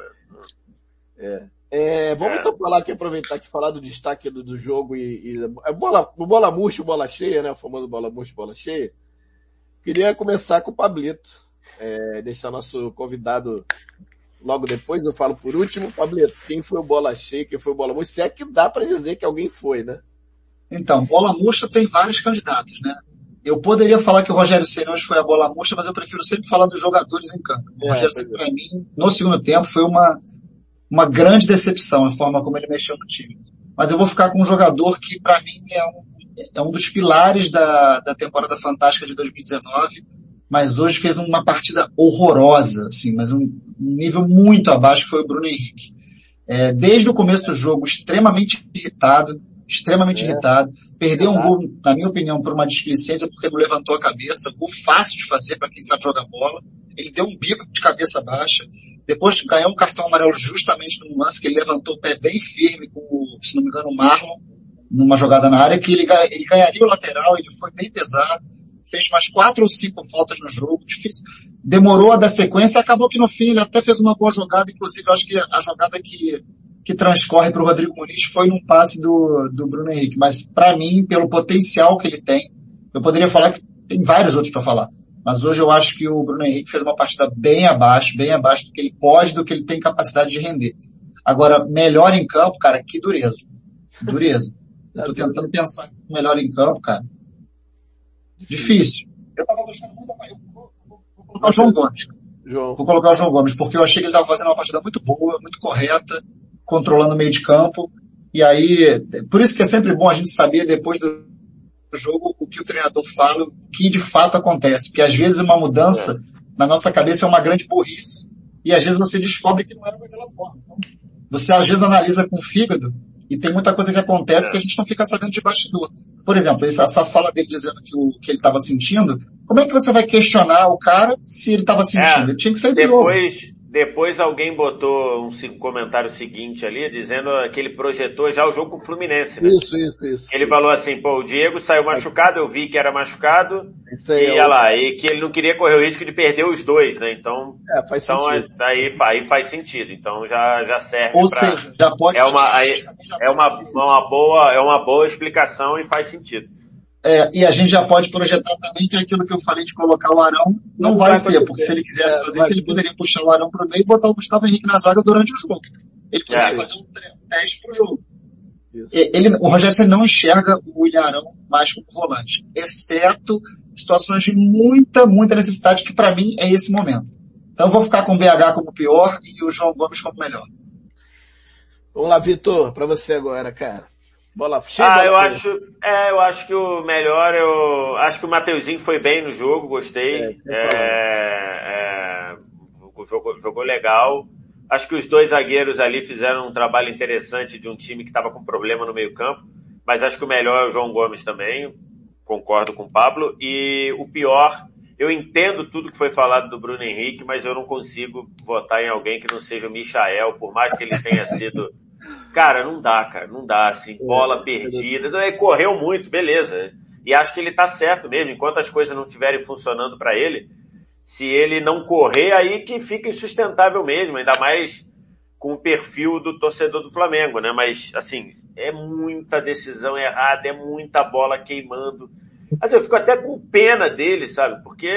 É. É, vamos é. então falar aqui, aproveitar aqui, falar do destaque do, do jogo e, e bola, bola murcha, bola cheia, né, o famoso bola murcha, bola cheia. Queria começar com o Pablito, é, deixar nosso convidado logo depois, eu falo por último. Pablito, quem foi o bola cheia, quem foi o bola murcha? Se é que dá pra dizer que alguém foi, né? Então, bola murcha tem vários candidatos, né? Eu poderia falar que o Rogério Ceni hoje foi a bola murcha, mas eu prefiro sempre falar dos jogadores em campo. O é, Rogério Ceni, pra mim, no segundo tempo, foi uma, uma grande decepção a forma como ele mexeu no time. Mas eu vou ficar com um jogador que, pra mim, é um, é um dos pilares da, da temporada fantástica de dois mil e dezenove, mas hoje fez uma partida horrorosa, assim, mas um, um nível muito abaixo, que foi o Bruno Henrique. É, desde o começo do jogo, extremamente irritado, extremamente é. irritado, perdeu é. um gol, na minha opinião, por uma displicência, porque não levantou a cabeça, gol fácil de fazer para quem sabe jogar bola, ele deu um bico de cabeça baixa, depois ganhou um cartão amarelo justamente num lance que ele levantou o pé bem firme com, o, se não me engano, o Marlon, numa jogada na área, que ele, ele ganharia o lateral, ele foi bem pesado, fez mais quatro ou cinco faltas no jogo, difícil, demorou a dar sequência, acabou que no fim ele até fez uma boa jogada, inclusive eu acho que a jogada que, que transcorre para o Rodrigo Muniz foi num passe do, do Bruno Henrique, mas para mim, pelo potencial que ele tem, eu poderia falar que tem vários outros para falar, mas hoje eu acho que o Bruno Henrique fez uma partida bem abaixo, bem abaixo do que ele pode, do que ele tem capacidade de render. Agora, melhor em campo, cara, que dureza, dureza. Eu tô tentando pensar melhor em campo, cara. Difícil. Eu tava gostando muito, eu vou, vou, vou colocar o João Gomes. João. Vou colocar o João Gomes, porque eu achei que ele tava fazendo uma partida muito boa, muito correta, controlando o meio de campo. E aí, por isso que é sempre bom a gente saber, depois do jogo, o que o treinador fala, o que de fato acontece. Porque às vezes uma mudança, na nossa cabeça, é uma grande burrice. E às vezes você descobre que não era daquela forma. Então, você às vezes analisa com o fígado, e tem muita coisa que acontece é. que a gente não fica sabendo de bastidor. Por exemplo, essa fala dele dizendo que, o, que ele estava sentindo, como é que você vai questionar o cara se ele estava sentindo? É, ele tinha que sair do jogo. Depois, depois alguém botou um comentário seguinte ali, dizendo que ele projetou já o jogo com o Fluminense, né? Isso, isso, isso. Ele isso. falou assim, pô, o Diego saiu machucado, eu vi que era machucado, isso aí, e olha lá, e que ele não queria correr o risco de perder os dois, né? Então, é, faz então sentido. Aí, aí faz sentido. Então já, já serve Ou pra... seja, já pode... É uma, aí, é uma, uma boa, é uma boa explicação e faz sentido. É, e a gente já pode projetar também que aquilo que eu falei de colocar o Arão não, não vai, vai ser, porque se ele quisesse é, fazer isso, ele poderia puxar o Arão pro meio e botar o Gustavo Henrique na zaga durante o jogo. Ele poderia é. fazer um teste pro jogo. Ele, o Rogério Ceni não enxerga o William Arão mais como volante, exceto situações de muita, muita necessidade, que para mim é esse momento. Então eu vou ficar com o B H como pior e o João Gomes como melhor. Vamos lá, Vitor, para você agora, cara. Bola cheia. Ah, bola eu cheia. acho, é, eu acho que o melhor, eu acho que o Mateuzinho foi bem no jogo, gostei. É, é, é, jogou, jogou legal. Acho que os dois zagueiros ali fizeram um trabalho interessante de um time que estava com problema no meio-campo, mas acho que o melhor é o João Gomes também. Concordo com o Pablo. E o pior, eu entendo tudo que foi falado do Bruno Henrique, mas eu não consigo votar em alguém que não seja o Michael, por mais que ele tenha sido... Cara, não dá, cara, não dá, assim, bola perdida, ele correu muito, beleza, e acho que ele tá certo mesmo, enquanto as coisas não estiverem funcionando para ele, se ele não correr, aí que fica insustentável mesmo, ainda mais com o perfil do torcedor do Flamengo, né? Mas, assim, é muita decisão errada, é muita bola queimando. Assim, eu fico até com pena dele, sabe? Porque,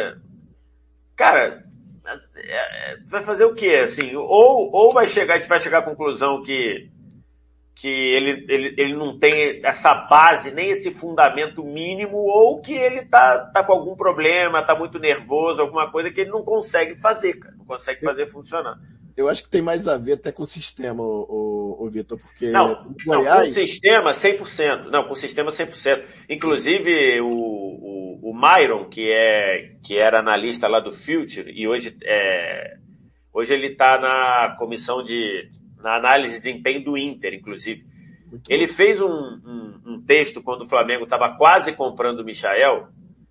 cara, é, vai fazer o quê? Assim, ou, ou vai chegar, a gente vai chegar à conclusão que, que ele, ele, ele não tem essa base, nem esse fundamento mínimo, ou que ele tá, tá com algum problema, tá muito nervoso, alguma coisa que ele não consegue fazer, cara. Não consegue fazer funcionar. Eu acho que tem mais a ver até com o sistema, o, o, o Vitor, porque não, o Goiás... Não, com o sistema cem por cento. Não, com o sistema cem por cento. Inclusive, o, o, o Myron, que, é, que era analista lá do Future, e hoje, é, hoje ele está na comissão de, na análise de desempenho do Inter, inclusive. Muito ele bom. Fez um, um, um texto quando o Flamengo estava quase comprando o Michael,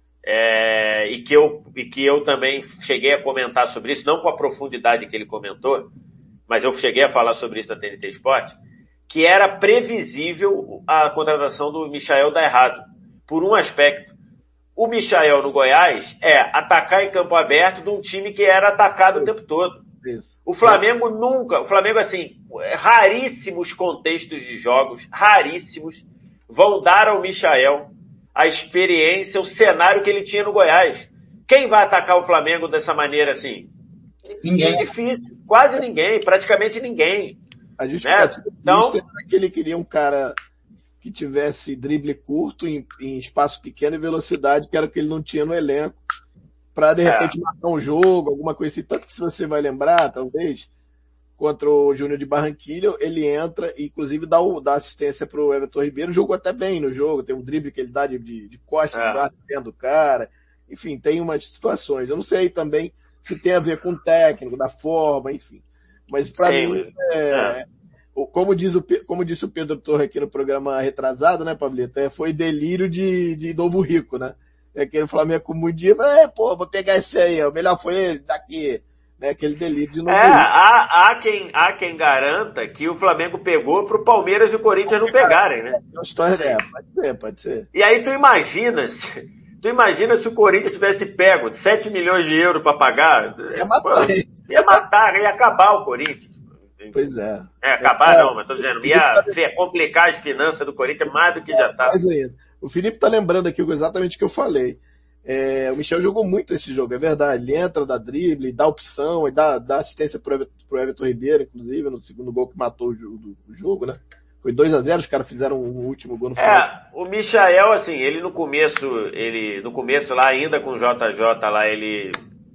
É, e, que eu, e que eu também cheguei a comentar sobre isso, não com a profundidade que ele comentou, mas eu cheguei a falar sobre isso na T N T Sport, que era previsível a contratação do Michael dar errado, por um aspecto. O Michael no Goiás é atacar em campo aberto de um time que era atacado o tempo todo. Isso. O Flamengo nunca, o Flamengo assim, raríssimos contextos de jogos, raríssimos, vão dar ao Michael a experiência, o cenário que ele tinha no Goiás. Quem vai atacar o Flamengo dessa maneira assim? Ninguém. É difícil. Quase ninguém. Praticamente ninguém. A justificativa né? Então, é que ele queria um cara que tivesse drible curto, em, em espaço pequeno e velocidade, que era o que ele não tinha no elenco, para de repente é. matar um jogo, alguma coisa assim. Tanto que se você vai lembrar, talvez, contra o Júnior de Barranquilla, ele entra e inclusive dá, o, dá assistência pro Everton Ribeiro, jogou até bem no jogo, tem um drible que ele dá de, de, de costas, é. batendo o cara, enfim, tem umas situações. Eu não sei também se tem a ver com o técnico, da forma, enfim. Mas para mim, é, é. Como, diz o, como disse o Pedro Torre aqui no programa retrasado, né, Pablito, é, foi delírio de, de novo rico, né? É aquele Flamengo com muito dia, é, pô, vou pegar esse aí, o melhor foi ele, daqui. Né, aquele delírio de novo. É, há, há, quem, há quem garanta que o Flamengo pegou pro Palmeiras e o Corinthians não pegarem, né? É, história é, pode ser, pode ser. E aí tu imagina, se, tu imagina se o Corinthians tivesse pego sete milhões de euros para pagar. Ia matar. Pô, ia matar, ia acabar o Corinthians. Pois é. É, acabar é, não, mas tô dizendo, ia complicar as finanças do Corinthians mais do que já tá. Mais ainda. O Felipe tá lembrando aqui exatamente o que eu falei. É, o Michel jogou muito esse jogo, é verdade. Ele entra, dá drible, dá opção, e dá, dá assistência pro Everton, pro Everton Ribeiro, inclusive, no segundo gol que matou o jogo, o jogo né? Foi dois a zero, os caras fizeram o último gol no final. É, o Michael, assim, ele no começo, ele, no começo lá, ainda com o J J lá, ele,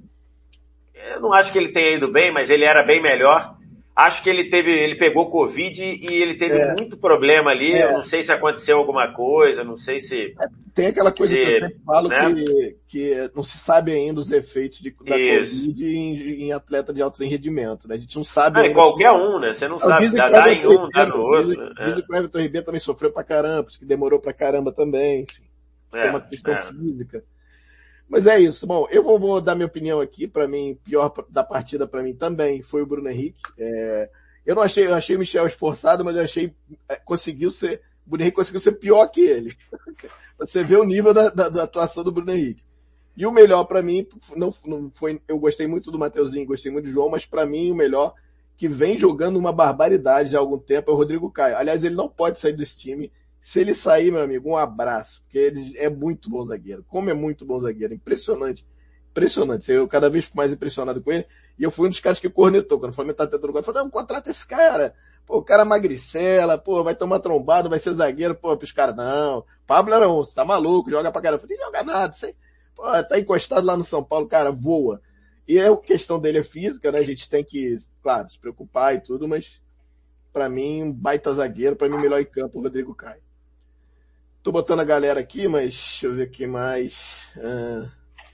eu não acho que ele tenha ido bem, mas ele era bem melhor. Acho que ele teve, ele pegou Covid e ele teve é. muito problema ali. É. Eu não sei se aconteceu alguma coisa, não sei se... É, tem aquela coisa se, que eu sempre falo, né? que, que não se sabe ainda os efeitos de, da Isso. Covid em, em atleta de alto rendimento, né? A gente não sabe... Não, em qualquer um, né? Você não sabe, dizem dá, dá em um, dá no outro. Dizem, é. dizem que o Everton Ribeiro também sofreu pra caramba, que demorou pra caramba também, enfim. É, tem uma questão é. física. Mas é isso. Bom, eu vou, vou dar minha opinião aqui. Para mim, pior da partida para mim também foi o Bruno Henrique. É, eu não achei, eu achei o Michel esforçado, mas eu achei, é, conseguiu ser, o Bruno Henrique conseguiu ser pior que ele. Você vê o nível da, da, da atuação do Bruno Henrique. E o melhor para mim, não, não foi, eu gostei muito do Mateuzinho, gostei muito do João, mas para mim o melhor, que vem jogando uma barbaridade já há algum tempo, é o Rodrigo Caio. Aliás, ele não pode sair desse time. Se ele sair, meu amigo, um abraço, porque ele é muito bom zagueiro. Como é muito bom zagueiro, impressionante. Impressionante. Eu cada vez fico mais impressionado com ele. E eu fui um dos caras que cornetou. Quando o Flamengo tá tentando gol, eu falei, não, contrata esse cara. Pô, o cara magricela, pô, vai tomar trombada, vai ser zagueiro, pô, pros caras, não. Pablo era um, você tá maluco, joga pra caramba. Eu falei, não joga nada, sei. Pô, tá encostado lá no São Paulo, cara, voa. E a questão dele é física, né? A gente tem que, claro, se preocupar e tudo, mas pra mim, um baita zagueiro, pra mim, melhor em campo, o Rodrigo Caio. Tô botando a galera aqui, mas deixa eu ver aqui mais. Ah,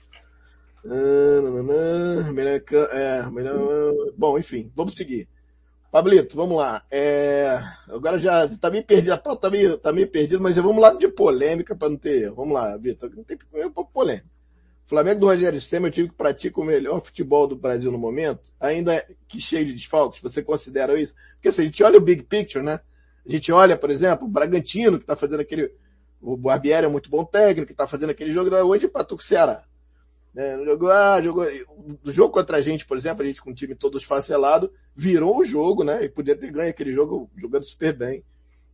ah, nananã, melhor, é, melhor, bom, enfim, vamos seguir. Pablito, vamos lá. É, agora já tá meio perdido, a pauta tá meio, tá meio perdido, mas já vamos lá de polêmica para não ter. Vamos lá, Vitor, não tem é um pouco polêmica. O Flamengo do Rogério Ceni, eu tive que pratica o melhor futebol do Brasil no momento, ainda que cheio de desfalques, você considera isso? Porque assim, a gente olha o big picture, né? A gente olha, por exemplo, o Bragantino, que tá fazendo aquele... O Barbieri é muito bom técnico, que tá fazendo aquele jogo, hoje empatou com o Ceará. Né? Jogou, ah, jogou. O jogo contra a gente, por exemplo, a gente com o time todo esfacelado, virou o jogo, né? E podia ter ganho aquele jogo jogando super bem.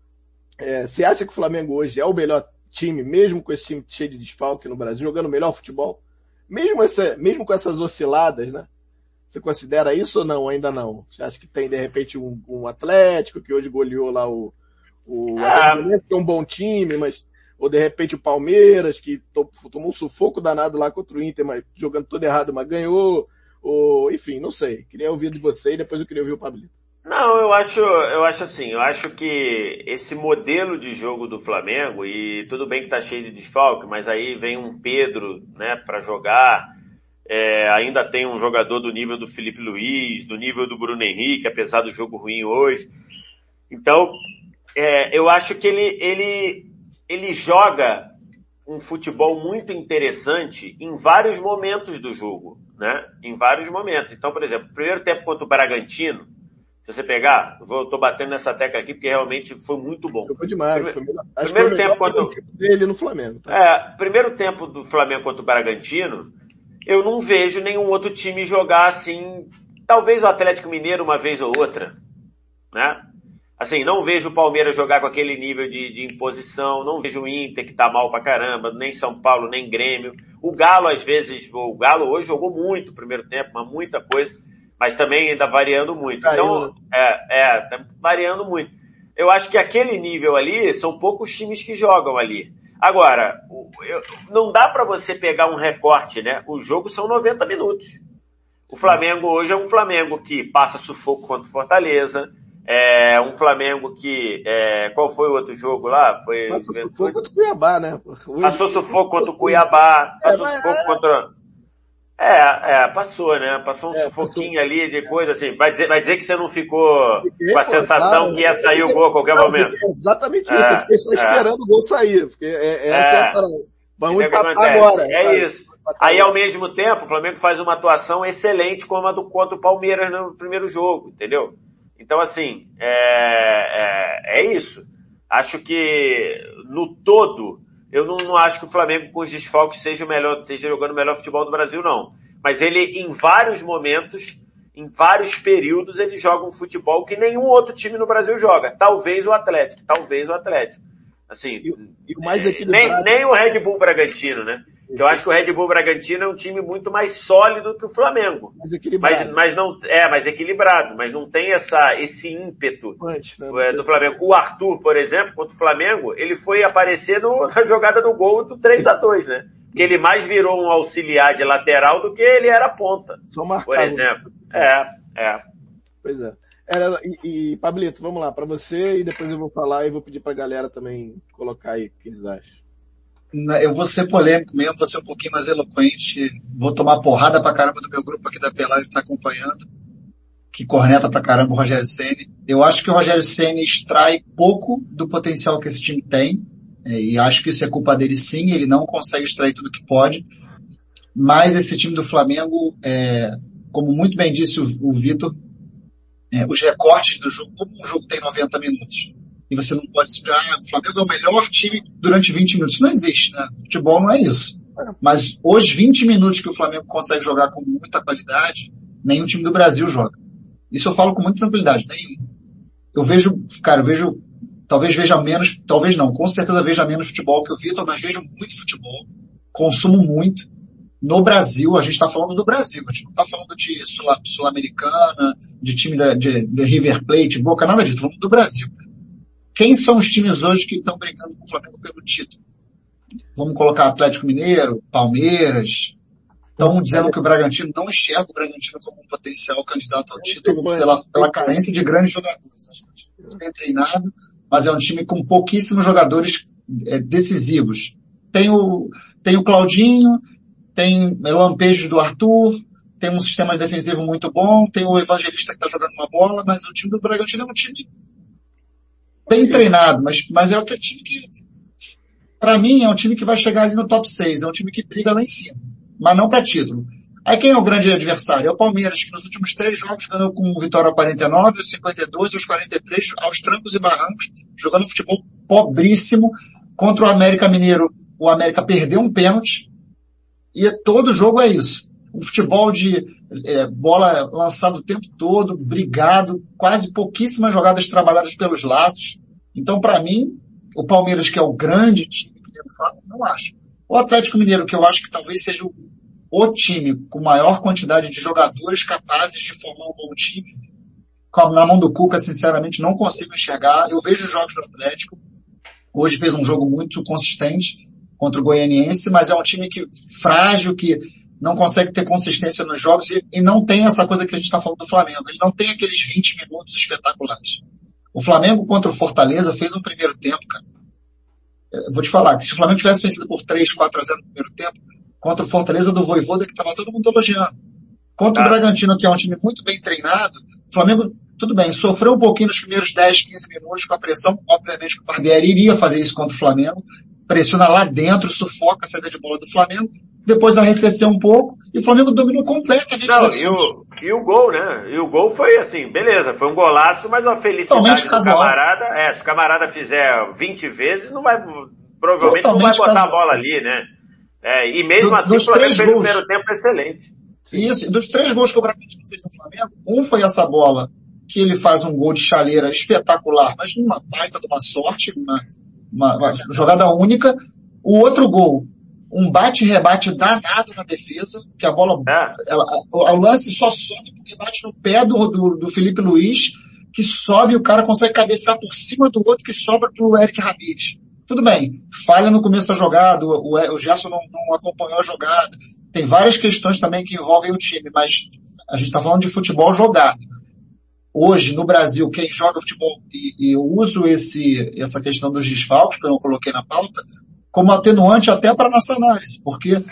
É, você acha que o Flamengo hoje é o melhor time, mesmo com esse time cheio de desfalque no Brasil, jogando o melhor futebol? Mesmo, essa, mesmo com essas osciladas, né? Você considera isso ou não? Ainda não? Você acha que tem, de repente, um, um Atlético que hoje goleou lá o... o ah. Atlético que é um bom time, mas... Ou de repente o Palmeiras, que tomou um sufoco danado lá contra o Inter, mas jogando tudo errado, mas ganhou. Ou, enfim, não sei. Queria ouvir de você e depois eu queria ouvir o Pablito. Não, eu acho, eu acho assim, eu acho que esse modelo de jogo do Flamengo, e tudo bem que tá cheio de desfalque, mas aí vem um Pedro, né, pra jogar, é, ainda tem um jogador do nível do Felipe Luiz, do nível do Bruno Henrique, apesar do jogo ruim hoje. Então, é, eu acho que ele, ele, ele joga um futebol muito interessante em vários momentos do jogo, né? Em vários momentos. Então, por exemplo, primeiro tempo contra o Bragantino, se você pegar, eu tô batendo nessa tecla aqui porque realmente foi muito bom. Jogou demais. Primeiro, foi melhor, acho primeiro que foi tempo contra o dele no Flamengo. Tá? É, primeiro tempo do Flamengo contra o Bragantino, eu não vejo nenhum outro time jogar assim, talvez o Atlético Mineiro uma vez ou outra, né? Assim, não vejo o Palmeiras jogar com aquele nível de, de imposição, não vejo o Inter que tá mal pra caramba, nem São Paulo, nem Grêmio. O Galo, às vezes, o Galo hoje jogou muito no primeiro tempo, mas muita coisa, mas também ainda variando muito. Então, é, é, tá variando muito. Eu acho que aquele nível ali, são poucos times que jogam ali. Agora, eu, não dá pra você pegar um recorte, né? O jogo são noventa minutos. O Flamengo hoje é um Flamengo que passa sufoco contra o Fortaleza, é um Flamengo que, é, qual foi o outro jogo lá? Foi, Passou sufoco contra o Cuiabá, né? Hoje... Passou sufoco contra o Cuiabá, passou é, sufoco é... contra... É, é, passou, né? Passou um é, sufoquinho passou... ali de coisa assim. Vai dizer, vai dizer que você não ficou fiquei, com a sensação pô, que ia sair o gol a qualquer não, momento. Exatamente isso, é, eu fiquei só esperando é. o gol sair, porque é, essa é a parada. Vamos empatar agora. É sabe? Isso. Aí, ao mesmo tempo, o Flamengo faz uma atuação excelente como a do contra o Palmeiras no primeiro jogo, entendeu? Então, assim, é, é, é isso. Acho que, no todo, eu não, não acho que o Flamengo, com os desfalques, seja o melhor, esteja jogando o melhor futebol do Brasil, não. Mas ele, em vários momentos, em vários períodos, ele joga um futebol que nenhum outro time no Brasil joga. Talvez o Atlético, talvez o Atlético. Assim, e, e o mais equilibrado... nem, nem o Red Bull Bragantino, né? Eu acho que o Red Bull Bragantino é um time muito mais sólido que o Flamengo. Mais equilibrado. Mas, mas não, é, mais equilibrado, mas não tem essa, esse ímpeto Antes, né? é, do Flamengo. O Arthur, por exemplo, contra o Flamengo, ele foi aparecer no, na jogada do gol do três a dois, né? Porque ele mais virou um auxiliar de lateral do que ele era ponta. Só marcava. Por exemplo. É, é. Pois é. Era, e, e, Pablito, vamos lá, para você, e depois eu vou falar e vou pedir pra galera também colocar aí o que eles acham. Eu vou ser polêmico mesmo, vou ser um pouquinho mais eloquente, vou tomar porrada pra caramba do meu grupo aqui da Pelada que tá acompanhando, que corneta pra caramba o Rogério Ceni. Eu acho que o Rogério Ceni extrai pouco do potencial que esse time tem, e acho que isso é culpa dele sim, ele não consegue extrair tudo que pode, mas esse time do Flamengo, é, como muito bem disse o, o Vitor, é, os recortes do jogo, como um jogo tem noventa minutos, e você não pode se ah, o Flamengo é o melhor time durante vinte minutos. Isso não existe, né? Futebol não é isso. Mas os vinte minutos que o Flamengo consegue jogar com muita qualidade, nenhum time do Brasil joga. Isso eu falo com muita tranquilidade, nenhum. Eu vejo, cara, eu vejo, talvez veja menos, talvez não, com certeza veja menos futebol que o Vitor, mas vejo muito futebol, consumo muito. No Brasil, a gente está falando do Brasil, a gente não está falando de Sul-Americana, de time da, de, de River Plate, Boca, nada disso, falando do Brasil. Quem são os times hoje que estão brigando com o Flamengo pelo título? Vamos colocar Atlético Mineiro, Palmeiras. Estão dizendo que o Bragantino não enxerga o Bragantino como um potencial candidato ao título pela, pela carência de grandes jogadores. Acho que é um time muito bem treinado, mas é um time com pouquíssimos jogadores é, decisivos. Tem o, tem o Claudinho, tem lampejos do Arthur, tem um sistema defensivo muito bom, tem o Evangelista que está jogando uma bola, mas o time do Bragantino é um time bem treinado, mas, mas é aquele time que, pra mim, é um time que vai chegar ali no top seis, é um time que briga lá em cima, mas não pra título. Aí quem é o grande adversário? É o Palmeiras, que nos últimos três jogos ganhou com vitória aos quarenta e nove, aos cinquenta e dois, aos quarenta e três, aos trancos e barrancos, jogando futebol pobríssimo. Contra o América Mineiro, o América perdeu um pênalti, E todo jogo é isso. Um futebol de é, bola lançada o tempo todo, brigado, quase pouquíssimas jogadas trabalhadas pelos lados. Então, para mim, o Palmeiras, que é o grande time, não acho. O Atlético Mineiro, que eu acho que talvez seja o, o time com maior quantidade de jogadores capazes de formar um bom time, na mão do Cuca, sinceramente, não consigo enxergar. Eu vejo os jogos do Atlético. Hoje fez um jogo muito consistente contra o Goianiense, mas é um time que frágil, que não consegue ter consistência nos jogos e, e não tem essa coisa que a gente está falando do Flamengo. Ele não tem aqueles vinte minutos espetaculares. O Flamengo contra o Fortaleza fez um primeiro tempo, cara. Eu vou te falar que se o Flamengo tivesse vencido por três, quatro a zero no primeiro tempo, contra o Fortaleza do Vojvoda, que estava todo mundo elogiando. Contra ah. o Bragantino, que é um time muito bem treinado, o Flamengo, tudo bem, sofreu um pouquinho nos primeiros dez, quinze minutos com a pressão. Obviamente que o Barbieri iria fazer isso contra o Flamengo. Pressiona lá dentro, sufoca a saída de bola do Flamengo. Depois arrefeceu um pouco e o Flamengo dominou completamente. Não, e o, e o gol, né? E o gol foi assim, beleza, foi um golaço, mas uma felicidade do camarada. É, se o camarada fizer vinte vezes, não vai, provavelmente Totalmente não vai botar casual. a bola ali, né? É, e mesmo do, assim, o Flamengo fez o primeiro tempo excelente. Isso, dos três gols que o Bragantino fez no Flamengo, um foi essa bola que ele faz um gol de chaleira espetacular, mas numa baita de uma sorte, uma, uma, uma jogada única. O outro gol, um bate-rebate danado na defesa, que a bola, é. ela, o lance só sobe porque bate no pé do, do, do Felipe Luiz, que sobe e o cara consegue cabecear por cima do outro que sobra pro Eric Ramírez. Tudo bem, falha no começo da jogada, o, o Gerson não, não acompanhou a jogada. Tem várias questões também que envolvem o time, mas a gente está falando de futebol jogado. Hoje, no Brasil, quem joga futebol, e, e eu uso esse, essa questão dos desfalques, que eu não coloquei na pauta, como atenuante até para a nossa análise, porque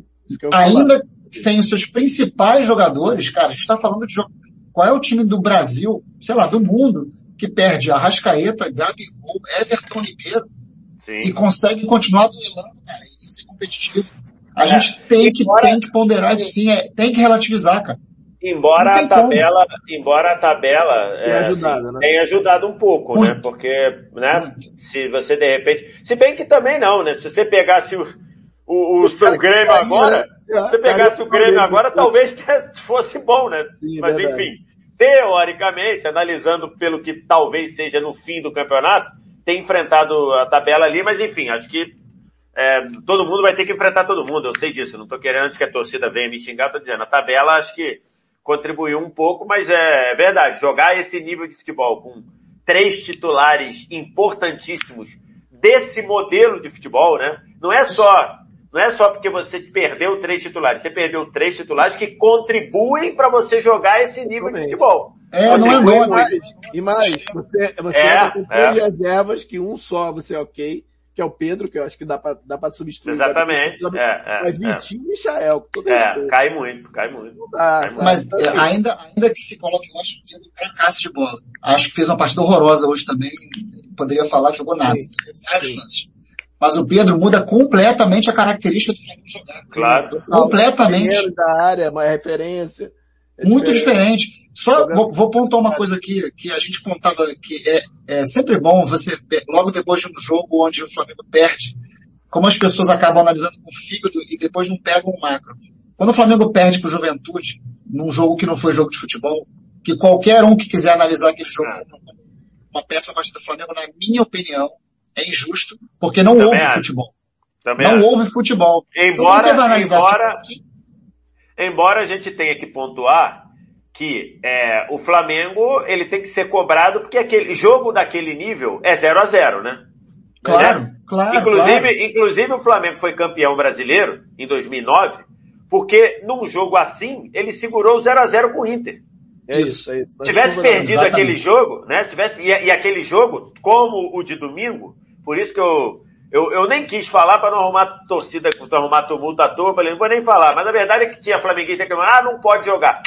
ainda sem os seus principais jogadores, cara, a gente está falando de jogo. Qual é o time do Brasil, sei lá, do mundo, que perde Arrascaeta, Gabigol, Everton Ribeiro, Sim. e consegue continuar duelando, cara, e ser competitivo. A é. gente tem que, embora, tem que ponderar isso sim, é, tem que relativizar, cara. Embora a tabela, como. embora a tabela é, ajudado, assim, né? tenha ajudado um pouco, Muito. né? Porque, né? Se você de repente, se bem que também não, né? Se você pegasse o, o, o seu Grêmio carinho, agora, né? se você pegasse o Grêmio agora, né? talvez fosse bom, né? Sim, Mas verdade. enfim, teoricamente, analisando pelo que talvez seja no fim do campeonato, tem enfrentado a tabela ali, mas enfim, acho que é, todo mundo vai ter que enfrentar todo mundo, eu sei disso, não tô querendo antes que a torcida venha me xingar, tô dizendo, a tabela acho que contribuiu um pouco, mas é verdade, jogar esse nível de futebol com três titulares importantíssimos desse modelo de futebol, né? Não é só, não é só porque você perdeu três titulares, você perdeu três titulares que contribuem para você jogar esse nível Também. de futebol. É, não é não, mais. E mais, você, você é, entra com três é. reservas, que um só você é ok, que é o Pedro, que eu acho que dá pra, dá pra substituir. Exatamente. Pra, é, é, mas Vitinho é. e Michael. É, cai muito, cai muito. Dá, cai mas muito. É, ainda, ainda que se coloque, eu acho que ele fracasso de bola. Acho que fez uma partida horrorosa hoje também. Poderia falar, jogou nada. Vários lances. Mas o Pedro muda completamente a característica do Flamengo jogar. Claro. Completamente. Da área, mais referência. É muito diferente. diferente. Só vou, vou pontuar uma coisa aqui, que a gente contava que é, é sempre bom você, logo depois de um jogo onde o Flamengo perde, como as pessoas acabam analisando com o fígado e depois não pegam o macro. Quando o Flamengo perde pro Juventude, num jogo que não foi jogo de futebol, que qualquer um que quiser analisar aquele jogo como uma peça partida do Flamengo, na minha opinião, é injusto, porque não Também houve acho. futebol. Também não acho. houve futebol. Embora, então, você vai analisar embora, futebol, embora a gente tenha que pontuar que é, o Flamengo ele tem que ser cobrado porque aquele jogo daquele nível é zero a zero, né? Claro, né? claro. Inclusive, claro. inclusive o Flamengo foi campeão brasileiro em dois mil e nove porque num jogo assim ele segurou o zero a zero com o Inter. É isso, é isso. Se tivesse perdido Exatamente. aquele jogo, né? Se tivesse, e, e aquele jogo, como o de domingo, por isso que eu Eu, eu nem quis falar para não arrumar torcida, para não arrumar tumulto à toa, falei, não vou nem falar. Mas a verdade é que tinha flamenguista que ah, não pode jogar.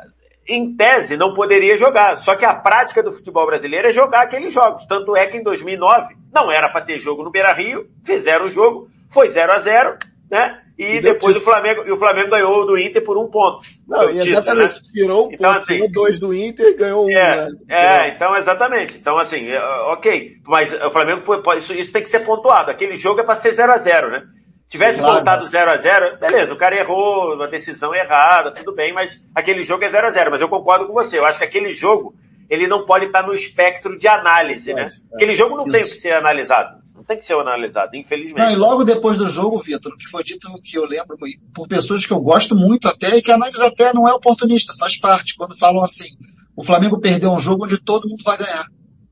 Em tese, não poderia jogar. Só que a prática do futebol brasileiro é jogar aqueles jogos. Tanto é que em dois mil e nove não era para ter jogo no Beira-Rio, fizeram o jogo, foi zero a zero, né? E, e depois o Flamengo, e o Flamengo ganhou do Inter por um ponto. Não, e exatamente, título, né? Tirou um então, ponto, assim, tirou dois do Inter e ganhou um. É, né? é, então exatamente. Então assim, ok. Mas o Flamengo, isso, isso tem que ser pontuado. Aquele jogo é para ser zero a zero, né? Tivesse Claro. voltado zero a zero, beleza, o cara errou, uma decisão errada, tudo bem, mas aquele jogo é zero a zero. Mas eu concordo com você, eu acho que aquele jogo, ele não pode estar no espectro de análise, né? Aquele jogo não Isso. tem que ser analisado. Não tem que ser analisado, infelizmente. Não, e logo depois do jogo, Vitor, que foi dito, que eu lembro, por pessoas que eu gosto muito até, e que a análise até não é oportunista, faz parte, quando falam assim, o Flamengo perdeu um jogo onde todo mundo vai ganhar.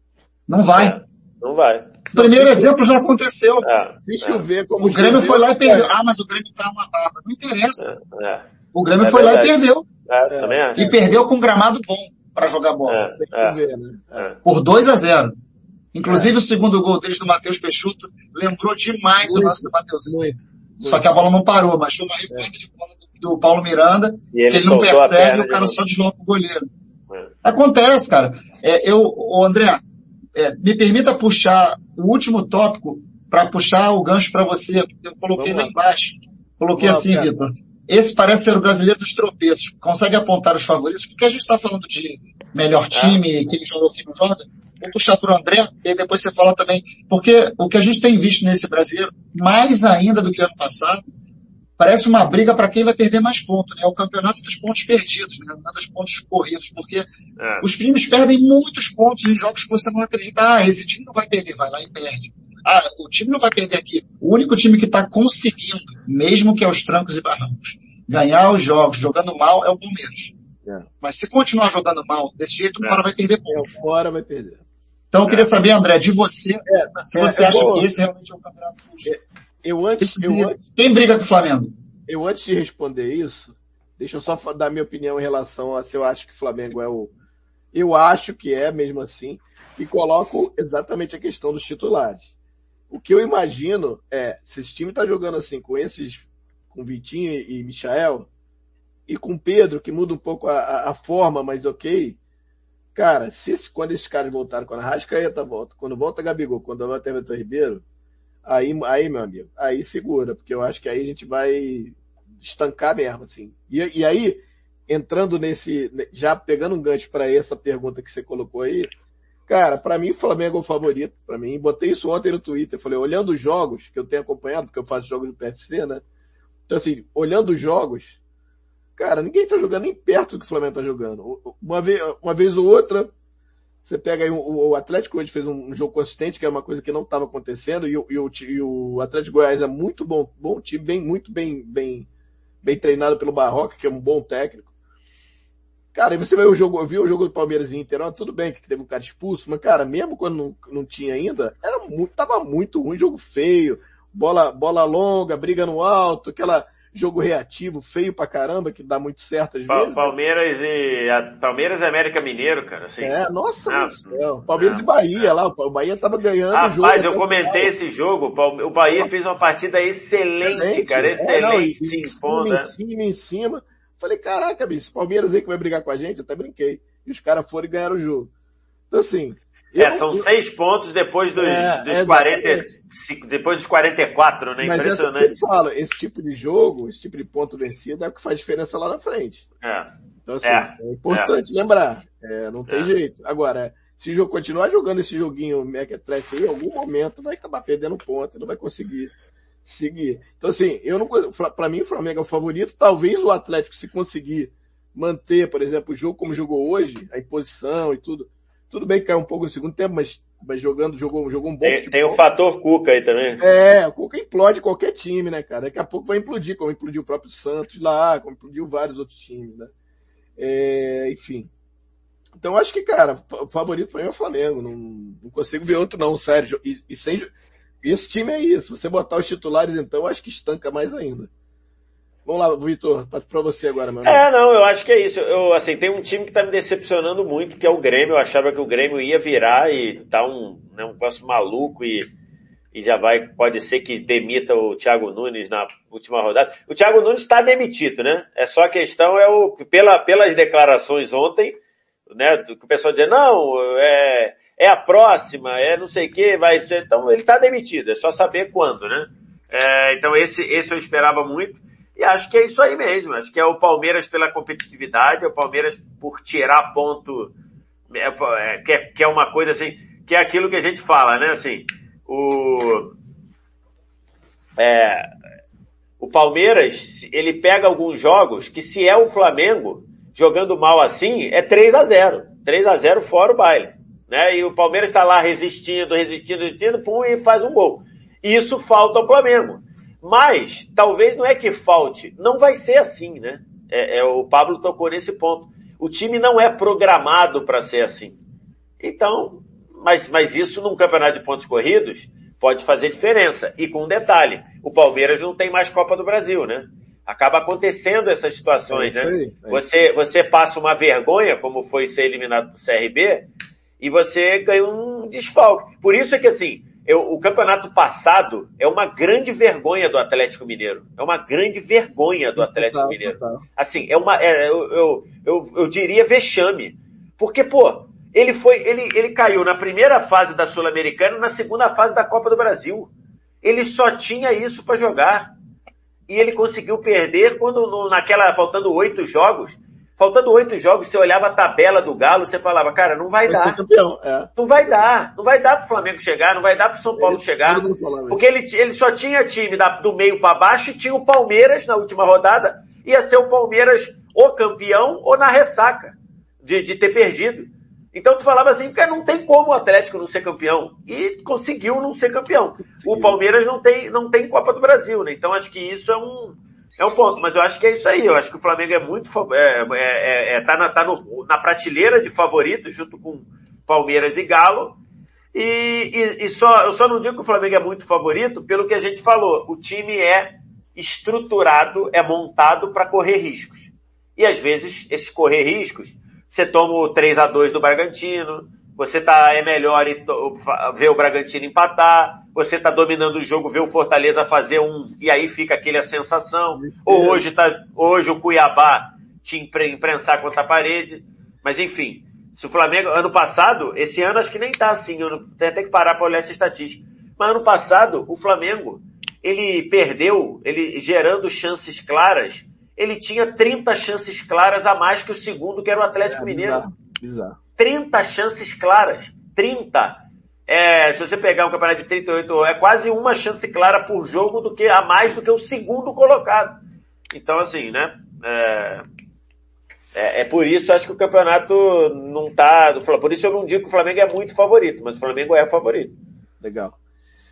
Não vai. É, não vai. O primeiro não, exemplo já aconteceu. É, Deixa eu é. ver como o Grêmio foi lá e perdeu. É. Ah, mas o Grêmio tá uma baba. Não interessa. É, é. O Grêmio é foi verdade. lá e perdeu. É, também acho. E perdeu com um gramado bom para jogar bola. É, Deixa eu ver, né? é. Por dois a zero. Inclusive é. o segundo gol deles do Matheus Peixoto lembrou demais muito, o lance do Mateuzinho. Muito, muito. Só que a bola não parou, mas foi uma recuada de bola do, do Paulo Miranda, que ele não percebe e o cara só desloca o goleiro. É. Acontece, cara. É, eu, o André, é, me permita puxar o último tópico para puxar o gancho para você. Eu coloquei lá embaixo. Coloquei Vamos assim, Vitor. Esse parece ser o brasileiro dos tropeços. Consegue apontar os favoritos? Porque a gente está falando de melhor time, quem jogou, quem não joga. Vou puxar para o André, e depois você fala também. Porque o que a gente tem visto nesse brasileiro, mais ainda do que ano passado, parece uma briga para quem vai perder mais pontos, né? É o campeonato dos pontos perdidos, né? Não é dos pontos corridos, porque é. os times perdem muitos pontos em jogos que você não acredita. Ah, esse time não vai perder, vai lá e perde. Ah, o time não vai perder aqui. O único time que está conseguindo, mesmo que aos trancos e barrancos, ganhar os jogos jogando mal é o Palmeiras. É. Mas se continuar jogando mal desse jeito, uma hora vai perder pontos. Uma hora vai perder. Então eu queria saber, André, de você, é, se você é, acha que esse realmente é o campeonato justo. É, eu antes, eu antes, quem briga com o Flamengo? Eu antes de responder isso, deixa eu só dar minha opinião em relação a se eu acho que o Flamengo é o... Eu acho que é mesmo assim, e coloco exatamente a questão dos titulares. O que eu imagino é, se esse time tá jogando assim com esses, com Vitinho e Michael, e com Pedro, que muda um pouco a, a, a forma, mas ok, cara, se esse, quando esses caras voltaram, quando a Arrascaeta volta, quando volta Gabigol, quando volta Everton Ribeiro, aí, aí, meu amigo, aí segura, porque eu acho que aí a gente vai estancar mesmo, assim. E, e aí, entrando nesse, já pegando um gancho para essa pergunta que você colocou aí, cara, pra mim o Flamengo é o favorito, pra mim, botei isso ontem no Twitter, falei, olhando os jogos que eu tenho acompanhado, porque eu faço jogos do P F C, né? Então assim, olhando os jogos, cara, ninguém tá jogando nem perto do que o Flamengo tá jogando. Uma vez, uma vez ou outra, você pega aí, o, o Atlético hoje fez um, um jogo consistente, que é uma coisa que não estava acontecendo, e, e, o, e o Atlético Goiás é muito bom, bom time, bem, muito bem, bem, bem treinado pelo Barroca, que é um bom técnico. Cara, aí você vai o jogo, eu vi o jogo do Palmeiras e Inter, ó, tudo bem que teve um cara expulso, mas cara, mesmo quando não, não tinha ainda, era muito, tava muito ruim, jogo feio, bola, bola longa, briga no alto, aquela jogo reativo, feio pra caramba, que dá muito certo às pa- vezes. Palmeiras e a, Palmeiras e América Mineiro, cara, assim. É, nossa, não, meu Deus do céu. Palmeiras não, e Bahia não. lá, o Bahia tava ganhando Rapaz, o jogo. Rapaz, eu comentei esse jogo, o Bahia fez uma partida excelente, excelente cara, excelente, é, não, e, se impondo, em cima, em cima. Falei, caraca, bicho, Palmeiras aí que vai brigar com a gente, eu até brinquei. E os caras foram e ganharam o jogo. Então assim... É, são eu, seis pontos depois dos, é, dos quarenta, depois dos quarenta e quatro, né? Mas impressionante. É eu falo, esse tipo de jogo, esse tipo de ponto vencido é o que faz diferença lá na frente. É. Então assim, é, é importante é. lembrar. É, não tem é. jeito. Agora, se o jogo continuar jogando esse joguinho mequetrefe aí, em algum momento vai acabar perdendo ponto e não vai conseguir seguir. Então assim, eu não, pra mim o Flamengo é o favorito, talvez o Atlético, se conseguir manter, por exemplo, o jogo como jogou hoje, a imposição e tudo, tudo bem que caiu um pouco no segundo tempo, mas, mas jogando, jogou, jogou um bom tem, futebol. Tem o fator Cuca aí também. É, o Cuca implode qualquer time, né, cara? Daqui a pouco vai implodir, como implodiu o próprio Santos lá, como implodiu vários outros times, né? É, enfim. Então acho que, cara, o favorito pra mim é o Flamengo. Não, não consigo ver outro não, sério. E, e sem, esse time é isso. Você botar os titulares, então, acho que estanca mais ainda. Vamos lá, Vitor, pra você agora, meu amigo. É, não, eu acho que é isso. Eu, assim, tem um time que tá me decepcionando muito, que é o Grêmio. Eu achava que o Grêmio ia virar e tá um, né, um negócio maluco e, e já vai, pode ser que demita o Thiago Nunes na última rodada. O Thiago Nunes tá demitido, né? É só a questão, é o, pela, pelas declarações ontem, né, do que o pessoal dizia, não, é, é a próxima, é não sei o que, vai ser, então ele tá demitido, é só saber quando, né? É, então esse, esse eu esperava muito. E acho que é isso aí mesmo. Acho que é o Palmeiras pela competitividade, é o Palmeiras por tirar ponto, é, que, é, que é uma coisa assim, que é aquilo que a gente fala, né? Assim, o, é, O Palmeiras, ele pega alguns jogos que, se é o Flamengo jogando mal assim, é três a zero. três a zero fora o baile, né? E o Palmeiras está lá resistindo, resistindo, resistindo, pum, e faz um gol. Isso falta ao Flamengo. Mas, talvez não é que falte, não vai ser assim, né? É, é, o Pablo tocou nesse ponto. O time não é programado para ser assim. Então, mas, mas isso num campeonato de pontos corridos pode fazer diferença. E com um detalhe, o Palmeiras não tem mais Copa do Brasil, né? Acaba acontecendo essas situações, é, né? É. Você, você passa uma vergonha, como foi ser eliminado do C R B, e você ganha um desfalque. Por isso é que, assim, eu, o campeonato passado é uma grande vergonha do Atlético Mineiro. É uma grande vergonha do Atlético total, Mineiro. Total. Assim, é uma, é, eu, eu, eu, eu diria vexame. Porque, pô, ele foi, ele, ele caiu na primeira fase da Sul-Americana e na segunda fase da Copa do Brasil. Ele só tinha isso para jogar. E ele conseguiu perder quando, no, naquela, faltando oito jogos, faltando oito jogos, você olhava a tabela do Galo, você falava, cara, não vai, vai dar. Ser campeão, é. Não vai dar. Não vai dar pro Flamengo chegar, não vai dar pro São Paulo ele, chegar. Porque ele, ele só tinha time da, do meio para baixo e tinha o Palmeiras na última rodada. Ia ser o Palmeiras ou campeão ou na ressaca de, de ter perdido. Então tu falava assim, porque não tem como o Atlético não ser campeão. E conseguiu não ser campeão. Conseguiu. O Palmeiras não tem, não tem Copa do Brasil, né? Então acho que isso é um, é um ponto. Mas eu acho que é isso aí. Eu acho que o Flamengo é muito, é, é, é, tá, na, tá no, na prateleira de favoritos, junto com Palmeiras e Galo. E, e, e só, eu só não digo que o Flamengo é muito favorito pelo que a gente falou. O time é estruturado, é montado para correr riscos. E às vezes, esses correr riscos, você toma o três a dois do Bragantino, você tá, é melhor e to, ver o Bragantino empatar, você tá dominando o jogo, ver o Fortaleza fazer um, e aí fica aquela sensação. Ou hoje tá, hoje o Cuiabá te imprensar contra a parede. Mas enfim, se o Flamengo, ano passado, esse ano acho que nem tá assim, eu tenho até que parar para olhar essa estatística. Mas ano passado, o Flamengo, ele perdeu, ele gerando chances claras, ele tinha trinta chances claras a mais que o segundo, que era o Atlético é, Mineiro. Bizarro, bizarro. trinta chances claras. trinta. É, se você pegar um campeonato de trinta e oito, é quase uma chance clara por jogo do que, a mais do que o segundo colocado. Então, assim, né? É, é, é por isso, acho que o campeonato não tá... Por isso eu não digo que o Flamengo é muito favorito, mas o Flamengo é favorito. Legal.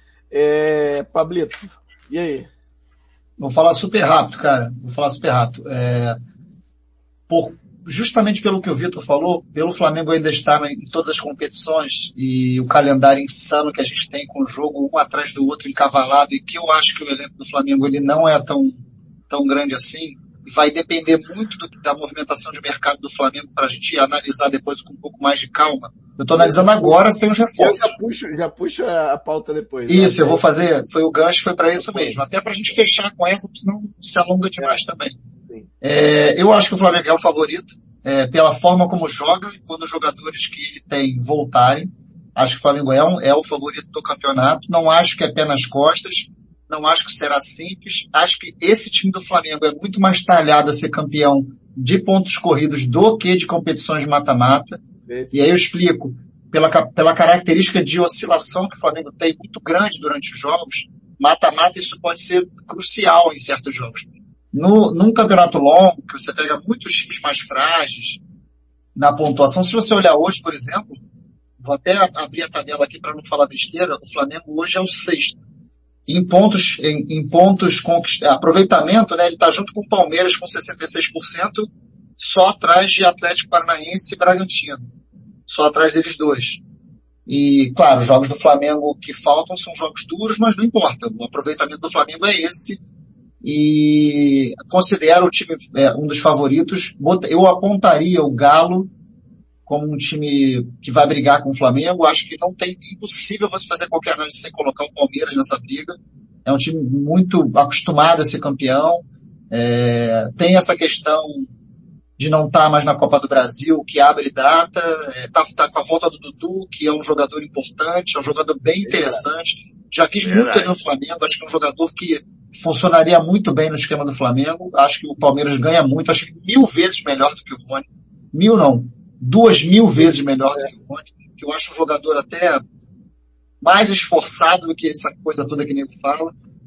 É, Pablito, e aí? Vou falar super rápido, cara. Vou falar super rápido. É, por, justamente pelo que o Vitor falou, pelo Flamengo ainda estar em todas as competições e o calendário insano que a gente tem com o jogo um atrás do outro encavalado, e que eu acho que o elenco do Flamengo ele não é tão, tão grande assim, vai depender muito do, da movimentação de mercado do Flamengo para a gente analisar depois com um pouco mais de calma. Eu estou analisando agora sem os reforços. Eu já puxo, já puxo a pauta depois. Isso, né? Eu vou fazer, foi o gancho, foi para isso mesmo. Até para a gente fechar com essa, porque senão se alonga demais é. também. É, eu acho que o Flamengo é o favorito, é, pela forma como joga e quando os jogadores que ele tem voltarem. Acho que o Flamengo é, um, é o favorito do campeonato. Não acho que é pé nas costas. Não acho que será simples. Acho que esse time do Flamengo é muito mais talhado a ser campeão de pontos corridos do que de competições de mata-mata. E aí eu explico. Pela, pela característica de oscilação que o Flamengo tem muito grande durante os jogos, mata-mata isso pode ser crucial em certos jogos. No, num campeonato longo, que você pega muitos times mais frágeis na pontuação, se você olhar hoje, por exemplo, vou até abrir a tabela aqui para não falar besteira, o Flamengo hoje é o sexto. Em pontos, em, em pontos conquistados, aproveitamento, né, ele está junto com o Palmeiras com sessenta e seis por cento, só atrás de Atlético Paranaense e Bragantino. Só atrás deles dois. E, claro, os jogos do Flamengo que faltam são jogos duros, mas não importa. O aproveitamento do Flamengo é esse. E considero o time é, um dos favoritos. Eu apontaria o Galo como um time que vai brigar com o Flamengo. Acho que não tem, impossível você fazer qualquer análise sem colocar o Palmeiras nessa briga. É um time muito acostumado a ser campeão. É, tem essa questão de não estar tá mais na Copa do Brasil, que abre data, é, tá, tá com a volta do Dudu, que é um jogador importante, é um jogador bem interessante. Já quis muito ele no Flamengo, acho que é um jogador que funcionaria muito bem no esquema do Flamengo. Acho que o Palmeiras ganha muito, acho que mil vezes melhor do que o Rony. Mil não, duas mil vezes melhor do que o Rony, que eu acho um jogador até mais esforçado do que essa coisa toda que o nego fala.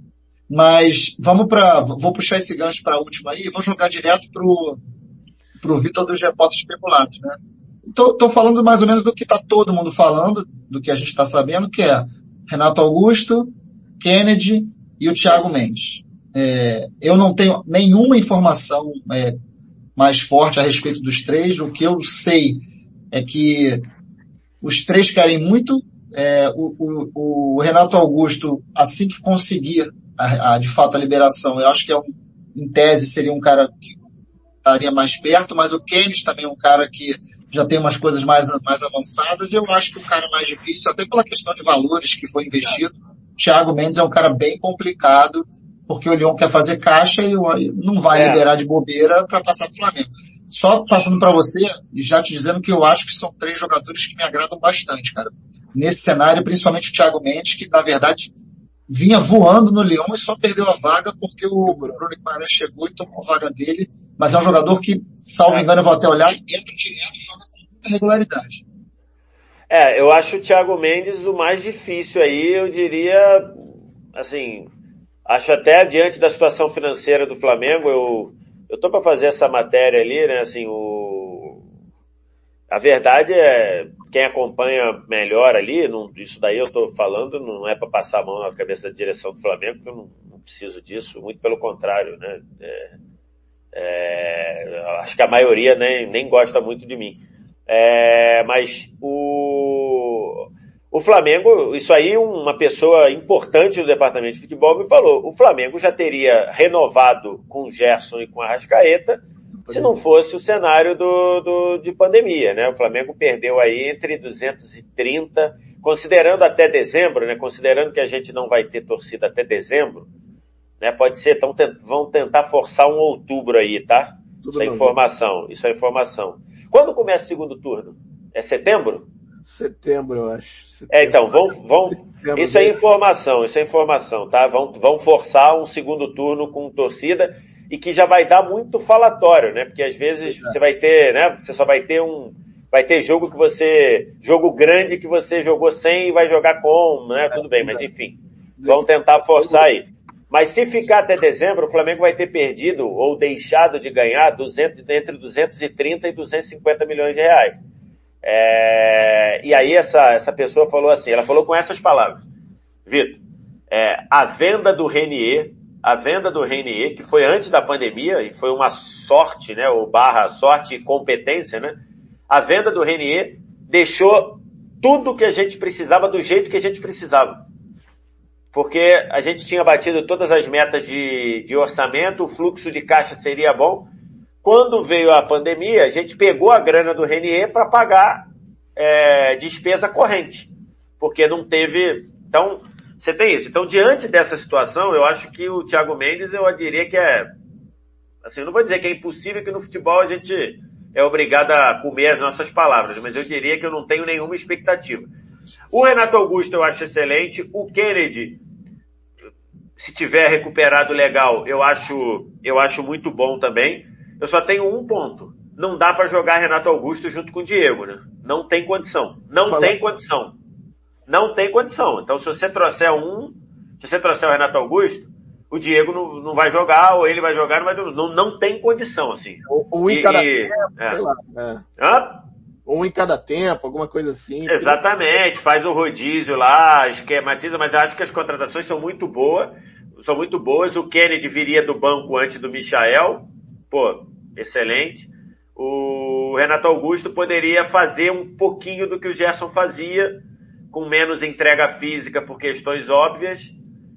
Mas vamos para, vou puxar esse gancho para a última aí e vou jogar direto pro, pro Vitor dos repórteres especulados, né? Tô, tô falando mais ou menos do que tá todo mundo falando, do que a gente está sabendo, que é Renato Augusto, Kennedy e o Thiago Mendes. É, eu não tenho nenhuma informação é, mais forte a respeito dos três. O que eu sei é que os três querem muito. É, o, o, o Renato Augusto, assim que conseguir a, a, de fato a liberação, eu acho que é um, em tese seria um cara que estaria mais perto, mas o Kennedy também é um cara que já tem umas coisas mais, mais avançadas. Eu acho que o cara mais difícil, até pela questão de valores que foi investido, o Thiago Mendes é um cara bem complicado, porque o Lyon quer fazer caixa e não vai é. liberar de bobeira para passar pro Flamengo. Só passando para você, e já te dizendo que eu acho que são três jogadores que me agradam bastante, cara. Nesse cenário, principalmente o Thiago Mendes, que na verdade vinha voando no Lyon e só perdeu a vaga porque o Bruno Guimarães chegou e tomou a vaga dele, mas é um jogador que, salvo é. engano, eu vou até olhar, entra direto e joga com muita regularidade. É, eu acho o Thiago Mendes o mais difícil aí, eu diria, assim, acho até diante da situação financeira do Flamengo, eu, eu tô para fazer essa matéria ali, né, assim, o, a verdade é, quem acompanha melhor ali, não, isso daí eu tô falando, não é para passar a mão na cabeça da direção do Flamengo, porque eu não, não preciso disso, muito pelo contrário, né, é, é, acho que a maioria nem, nem gosta muito de mim. É, mas o, o Flamengo, isso aí uma pessoa importante do departamento de futebol me falou, o Flamengo já teria renovado com o Gerson e com a Arrascaeta se não fosse o cenário do, do, de pandemia, né? O Flamengo perdeu aí entre duzentos e trinta, considerando até dezembro, né? Considerando que a gente não vai ter torcida até dezembro, né? Pode ser, então vão tentar forçar um outubro aí, tá? Tudo isso é informação, isso é informação. Quando começa o segundo turno? É setembro? Setembro, eu acho. Setembro. É, então, vão, vão, isso é informação, isso é informação, tá? Vão, vão forçar um segundo turno com torcida e que já vai dar muito falatório, né? Porque às vezes é. você vai ter, né? Você só vai ter um, vai ter jogo que você, jogo grande que você jogou sem e vai jogar com, né? Tudo bem, mas enfim, vão tentar forçar aí. Mas se ficar até dezembro, o Flamengo vai ter perdido ou deixado de ganhar duzentos, entre duzentos e trinta e duzentos e cinquenta milhões de reais. É, e aí essa, essa pessoa falou assim, ela falou com essas palavras, Vitor, é, a venda do Renier, a venda do Renier, que foi antes da pandemia, e foi uma sorte, né, ou barra sorte e competência, né, a venda do Renier deixou tudo que a gente precisava do jeito que a gente precisava. Porque a gente tinha batido todas as metas de, de orçamento, o fluxo de caixa seria bom. Quando veio a pandemia, a gente pegou a grana do Renier para pagar é, despesa corrente, porque não teve... Então, você tem isso. Então, diante dessa situação, eu acho que o Thiago Mendes, eu diria que é... Assim, eu não vou dizer que é impossível, que no futebol a gente é obrigado a comer as nossas palavras, mas eu diria que eu não tenho nenhuma expectativa. O Renato Augusto eu acho excelente. O Kennedy, se tiver recuperado legal, eu acho, eu acho muito bom também. Eu só tenho um ponto. Não dá para jogar Renato Augusto junto com o Diego, né? Não tem condição. Não Fala. tem condição. Não tem condição. Então, se você trouxer um, se você trouxer o Renato Augusto, o Diego não, não vai jogar, ou ele vai jogar, não, vai, não, não tem condição, assim. Ou em cada e, tempo, é. sei lá. É. Hã? Um em cada tempo, alguma coisa assim. Exatamente, faz o rodízio lá, esquematiza, mas eu acho que as contratações são muito boas, são muito boas. O Kennedy viria do banco antes do Michael, pô, excelente. O Renato Augusto poderia fazer um pouquinho do que o Gerson fazia, com menos entrega física por questões óbvias,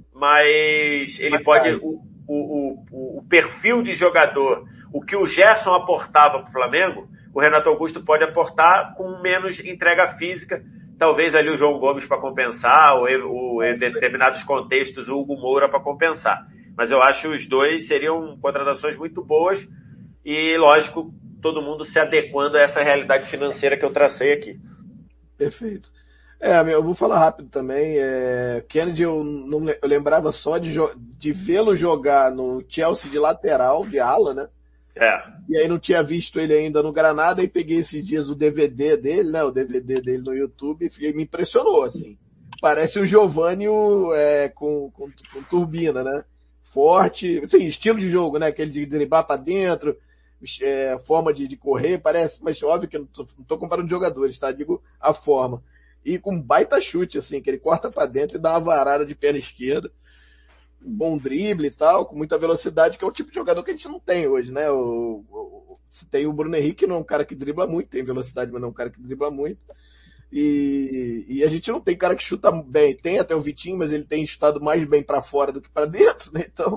mas ele mas pode, o, o, o, o perfil de jogador, o que o Gerson aportava para o Flamengo, o Renato Augusto pode aportar com menos entrega física, talvez ali o João Gomes para compensar, ou, ou em determinados contextos o Hugo Moura para compensar. Mas eu acho que os dois seriam contratações muito boas e, lógico, todo mundo se adequando a essa realidade financeira que eu tracei aqui. Perfeito. É, eu vou falar rápido também. É, Kennedy eu, não, eu lembrava só de, de vê-lo jogar no Chelsea de lateral, de ala, né? É. E aí não tinha visto ele ainda no Granada e peguei esses dias o D V D dele, né? O D V D dele no YouTube e me impressionou, assim. Parece o Giovani é, com, com, com turbina, né? forte, assim, estilo de jogo, né? Aquele de driblar pra dentro, é, forma de, de correr, parece, mas óbvio que eu não tô, não tô comparando jogadores, tá? Digo a forma. E com baita chute, assim, que ele corta pra dentro e dá uma varada de perna esquerda. Bom drible e tal, com muita velocidade, que é o tipo de jogador que a gente não tem hoje, né? O, o, tem o Bruno Henrique, não é um cara que dribla muito, tem velocidade, mas não é um cara que dribla muito. E, e a gente não tem cara que chuta bem. Tem até o Vitinho, mas ele tem chutado mais bem pra fora do que pra dentro, né? Então,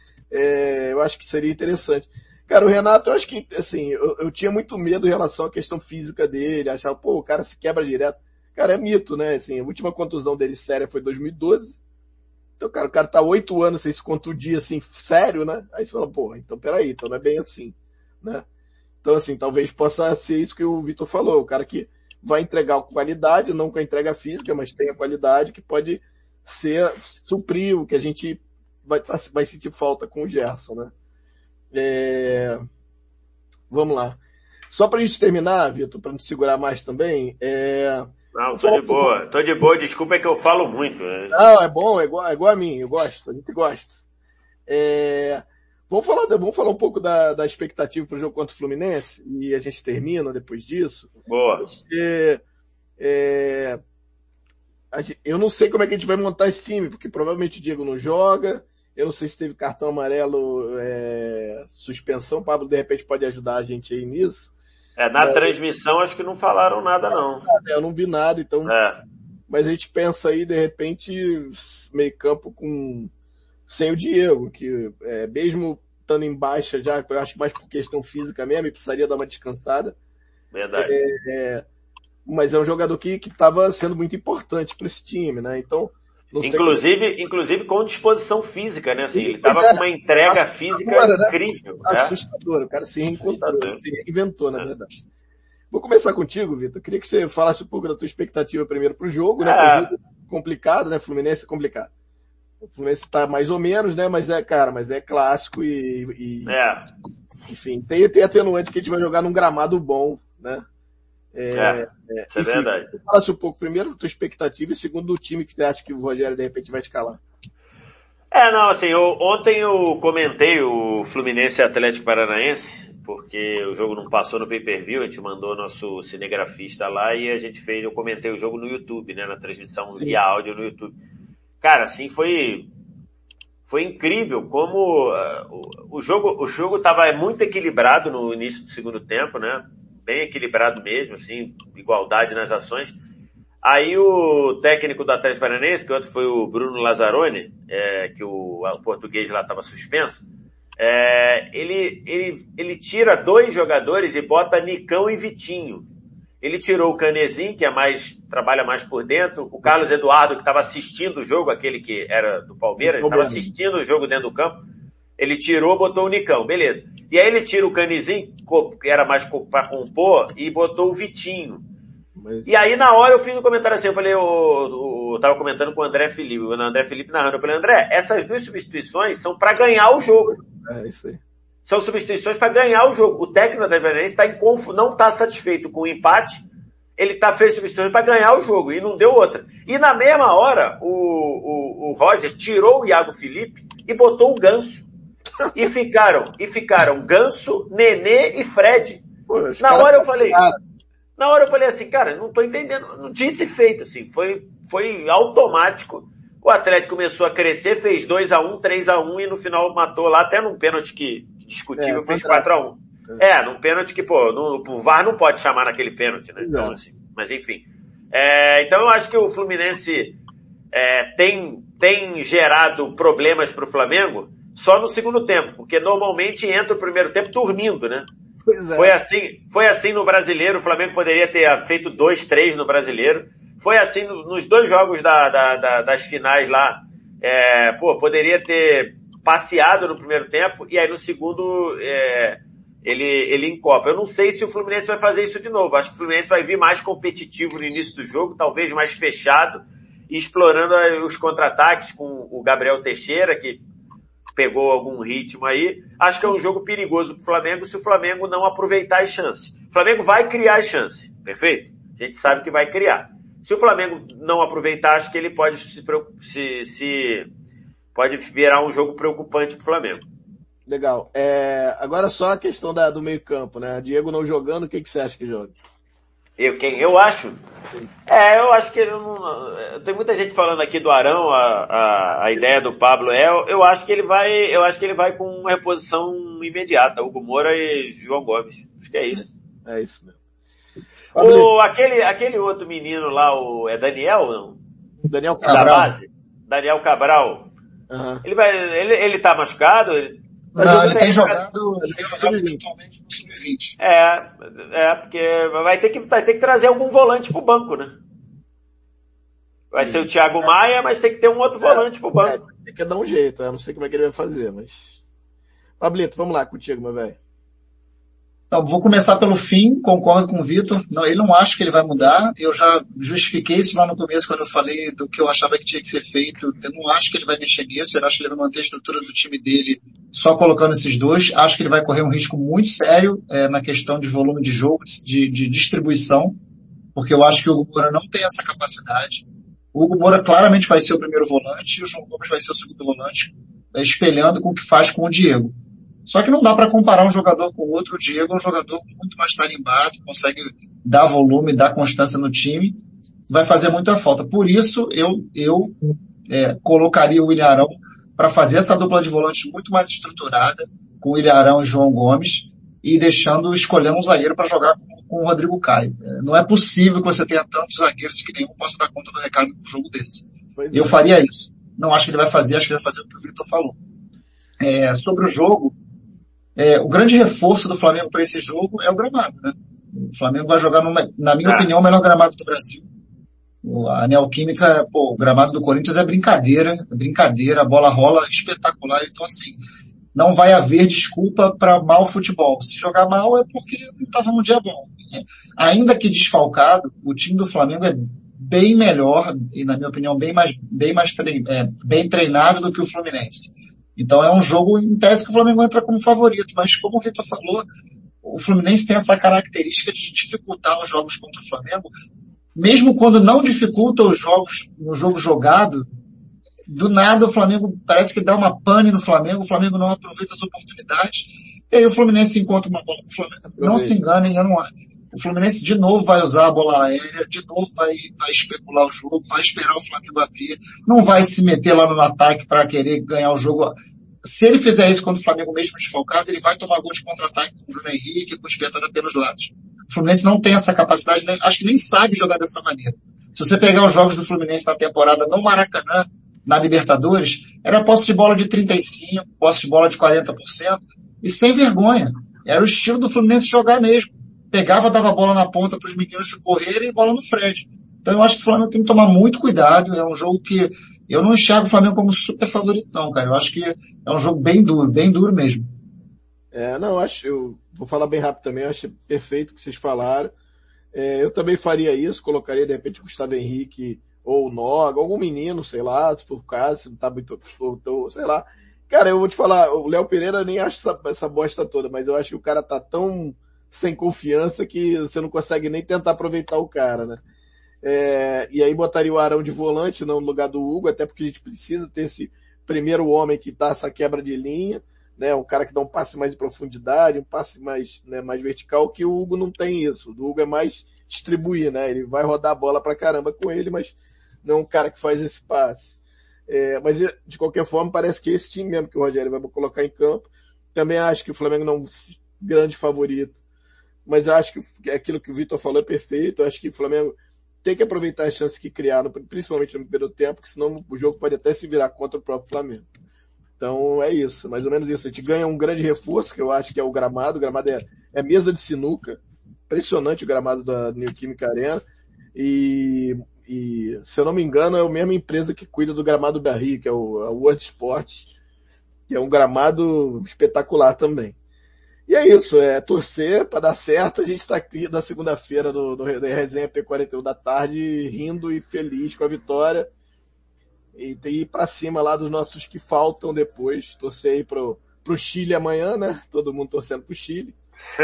é, eu acho que seria interessante. Cara, o Renato, eu acho que, assim, eu, eu tinha muito medo em relação à questão física dele, achava, pô, o cara se quebra direto. Cara, é mito, né? Assim, a última contusão dele séria foi em dois mil e doze. Então, cara, o cara tá oito anos sem se contundir, assim, sério, né? Aí você fala, pô, então peraí, então não é bem assim, né? Então, assim, talvez possa ser isso que o Vitor falou, o cara que vai entregar qualidade, não com a entrega física, mas tem a qualidade que pode ser, suprir o que a gente vai, vai sentir falta com o Gerson, né? É... Vamos lá. Só pra gente terminar, Vitor, pra não segurar mais também, é... Não, tô de boa, tô de boa, desculpa é que eu falo muito. Né? Não, é bom, é igual, é igual a mim, eu gosto, a gente gosta. É... Vamos falar, vamos falar um pouco da, da expectativa para o jogo contra o Fluminense, e a gente termina depois disso. Boa. Porque, é... gente, eu não sei como é que a gente vai montar esse time, porque provavelmente o Diego não joga, eu não sei se teve cartão amarelo, é... suspensão, o Pablo de repente pode ajudar a gente aí nisso. É, na é, transmissão acho que não falaram nada não. Eu não vi nada, então... É. Mas a gente pensa aí, de repente, meio campo com... sem o Diego, que é, mesmo estando em baixa já, eu acho mais por questão física mesmo, e precisaria dar uma descansada. Verdade. É, é, mas é um jogador que estava sendo muito importante para esse time, né? Então... Não inclusive, sei... inclusive com disposição física, né? Assim, ele estava é, com uma entrega física né? incrível. Assustador, né? O cara se reencontrou, se reinventou, na é. verdade. Vou começar contigo, Vitor. Queria que você falasse um pouco da tua expectativa primeiro pro jogo, né? É. Que é um jogo complicado, né? Fluminense é complicado. O Fluminense tá mais ou menos, né? Mas é, cara, mas é clássico e... e é. Enfim, tem, tem atenuante que a gente vai jogar num gramado bom, né? É, é, é, isso é enfim, verdade. Falasse um pouco primeiro da tua expectativa e segundo do time que você acha que o Rogério de repente vai escalar. É, não, assim, eu, ontem eu comentei o Fluminense Atlético Paranaense, porque o jogo não passou no pay-per-view, a gente mandou nosso cinegrafista lá e a gente fez, eu comentei o jogo no YouTube, né, na transmissão Sim. via áudio no YouTube. Cara, assim, foi, foi incrível como uh, o, o jogo, o jogo tava muito equilibrado no início do segundo tempo, né? Bem equilibrado mesmo, assim, igualdade nas ações. Aí o técnico do Atlético Paranaense, que outro foi o Bruno Lazzaroni, é, que o, o português lá estava suspenso, é, ele, ele, ele tira dois jogadores e bota Nicão e Vitinho. Ele tirou o Canezinho, que é mais, trabalha mais por dentro, o Carlos Eduardo, que estava assistindo o jogo, aquele que era do Palmeiras, estava assistindo o jogo dentro do campo. Ele tirou, botou o Nicão, beleza. E aí ele tira o Canizinho, que era mais para compor, e botou o Vitinho. Mas... E aí na hora eu fiz um comentário assim, eu falei, eu, eu, eu tava comentando com o André Felipe, o André Felipe narrando, eu falei, André, essas duas substituições são para ganhar o jogo. É isso aí. São substituições para ganhar o jogo. O técnico da Atlético tá em conf... não está satisfeito com o empate, ele tá fez substituições para ganhar o jogo, e não deu outra. E na mesma hora, o, o, o Roger tirou o Iago Felipe e botou o Ganso. E ficaram, e ficaram Ganso, Nenê e Fred. Pô, na hora eu falei, cara. na hora eu falei assim, cara, não tô entendendo, dito e feito, assim, foi, foi automático. O Atlético começou a crescer, fez dois a um, três a um e no final matou lá, até num pênalti que discutível, é, fez quatro a um. É. é, num pênalti que, pô, no, o V A R não pode chamar naquele pênalti, né? Então, assim, mas enfim. É, então eu acho que o Fluminense é, tem, tem gerado problemas pro Flamengo, só no segundo tempo, porque normalmente entra o primeiro tempo dormindo, né? Pois é. Foi assim, foi assim no Brasileiro, o Flamengo poderia ter feito dois, três no Brasileiro. Foi assim no, nos dois jogos da, da, da, das finais lá, é, pô, poderia ter passeado no primeiro tempo e aí no segundo é, ele, ele encopa. Eu não sei se o Fluminense vai fazer isso de novo. Acho que o Fluminense vai vir mais competitivo no início do jogo, talvez mais fechado, e explorando os contra-ataques com o Gabriel Teixeira, que pegou algum ritmo aí. Acho que é um jogo perigoso pro Flamengo se o Flamengo não aproveitar as chances. O Flamengo vai criar as chances, perfeito? A gente sabe que vai criar. Se o Flamengo não aproveitar, acho que ele pode se, se, se pode virar um jogo preocupante pro Flamengo. Legal. É, agora só a questão da, do meio campo, né? Diego não jogando, o que, que você acha que joga? Eu, quem? Eu acho? Sim. É, eu acho que ele não, tem muita gente falando aqui do Arão, a, a, a ideia do Pablo é, eu, eu acho que ele vai, eu acho que ele vai com uma reposição imediata, Hugo Moura e João Gomes. Acho que é isso. É, é isso mesmo. O, aquele, aquele outro menino lá, o, é Daniel, não? Daniel Cabral. Da base? Daniel Cabral. Uhum. Ele vai, ele, ele tá machucado? Ele, Não, ele tem jogado, ele tem jogado eventualmente no sub vinte. É, é, porque vai ter que, vai ter que trazer algum volante pro banco, né? Vai Sim. ser o Thiago Maia, mas tem que ter um outro é, volante pro banco. É, tem que dar um jeito, eu não sei como é que ele vai fazer, mas... Pablito, vamos lá contigo, meu velho. Então, vou começar pelo fim, concordo com o Vitor. Não, ele não acha que ele vai mudar. Eu já justifiquei isso lá no começo quando eu falei do que eu achava que tinha que ser feito. Eu não acho que ele vai mexer nisso. Eu acho que ele vai manter a estrutura do time dele só colocando esses dois. Acho que ele vai correr um risco muito sério é, na questão de volume de jogo, de, de distribuição, porque eu acho que o Hugo Moura não tem essa capacidade. O Hugo Moura claramente vai ser o primeiro volante e o João Gomes vai ser o segundo volante, é, espelhando com o que faz com o Diego. Só que não dá para comparar um jogador com o outro. O Diego é um jogador muito mais tarimbado, consegue dar volume, dar constância no time, vai fazer muita falta. Por isso, eu, eu é, colocaria o William Arão para fazer essa dupla de volantes muito mais estruturada, com o William Arão e João Gomes, e deixando, escolhendo um zagueiro para jogar com, com o Rodrigo Caio. É, não é possível que você tenha tantos zagueiros que nenhum possa dar conta do recado num jogo desse. Eu faria isso. Não acho que ele vai fazer, acho que ele vai fazer o que o Victor falou. É, sobre o jogo, É, o grande reforço do Flamengo para esse jogo é o gramado, né? O Flamengo vai jogar, numa, na minha opinião, o melhor gramado do Brasil. O, a Neoquímica, pô, o gramado do Corinthians é brincadeira, é brincadeira, a bola rola espetacular, então assim, não vai haver desculpa para mau futebol. Se jogar mal é porque não estava num dia bom. É, ainda que desfalcado, o time do Flamengo é bem melhor e, na minha opinião, bem mais, bem mais trein, é, bem treinado do que o Fluminense. Então é um jogo, em tese, que o Flamengo entra como favorito, mas como o Vitor falou, o Fluminense tem essa característica de dificultar os jogos contra o Flamengo, mesmo quando não dificulta os jogos no jogo jogado, do nada o Flamengo parece que dá uma pane no Flamengo, o Flamengo não aproveita as oportunidades, e aí o Fluminense encontra uma bola. O Flamengo, não se enganem, eu não acho. O Fluminense de novo vai usar a bola aérea, de novo vai, vai especular o jogo, vai esperar o Flamengo abrir, não vai se meter lá no ataque para querer ganhar o jogo. Se ele fizer isso contra o Flamengo mesmo desfalcado, ele vai tomar gol de contra-ataque com o Bruno Henrique, com o Espetada pelos lados. O Fluminense não tem essa capacidade, né? Acho que nem sabe jogar dessa maneira. Se você pegar os jogos do Fluminense na temporada no Maracanã, na Libertadores, era posse de bola de trinta e cinco por cento, posse de bola de quarenta por cento, e sem vergonha. Era o estilo do Fluminense jogar mesmo. Pegava, dava bola na ponta para os meninos correrem e bola no Fred. Então eu acho que o Flamengo tem que tomar muito cuidado. É um jogo que eu não enxergo o Flamengo como super favorito não, cara. Eu acho que é um jogo bem duro, bem duro mesmo. É, não, eu acho, eu vou falar bem rápido também, eu acho perfeito o que vocês falaram. É, eu também faria isso, colocaria de repente o Gustavo Henrique ou o Noga, algum menino, sei lá, se for o caso, se não tá muito, sei lá. Cara, eu vou te falar, o Léo Pereira nem acho essa, essa bosta toda, mas eu acho que o cara tá tão sem confiança que você não consegue nem tentar aproveitar o cara, né? É, e aí botaria o Arão de volante não no lugar do Hugo, até porque a gente precisa ter esse primeiro homem que dá essa quebra de linha, né? Um cara que dá um passe mais em profundidade, um passe mais, né, mais vertical, que o Hugo não tem isso. O Hugo é mais distribuir, né? Ele vai rodar a bola pra caramba com ele, mas não é um cara que faz esse passe. É, mas de qualquer forma parece que esse time mesmo que o Rogério vai colocar em campo. Também acho que o Flamengo não é um grande favorito, mas acho que aquilo que o Vitor falou é perfeito. Acho que o Flamengo tem que aproveitar as chances que criaram, principalmente no primeiro tempo, porque senão o jogo pode até se virar contra o próprio Flamengo. Então é isso, mais ou menos isso. A gente ganha um grande reforço, que eu acho que é o gramado. O gramado é, é mesa de sinuca. Impressionante o gramado da Neoquímica Arena. E, e, se eu não me engano, é a mesma empresa que cuida do gramado da Rio, que é o a World Sport, que é um gramado espetacular também. E é isso, é torcer para dar certo. A gente está aqui na segunda-feira no, no Resenha P quarenta e um da tarde, rindo e feliz com a vitória. E tem ir para cima lá dos nossos que faltam depois. Torcer aí pro, pro Chile amanhã, né? Todo mundo torcendo pro Chile.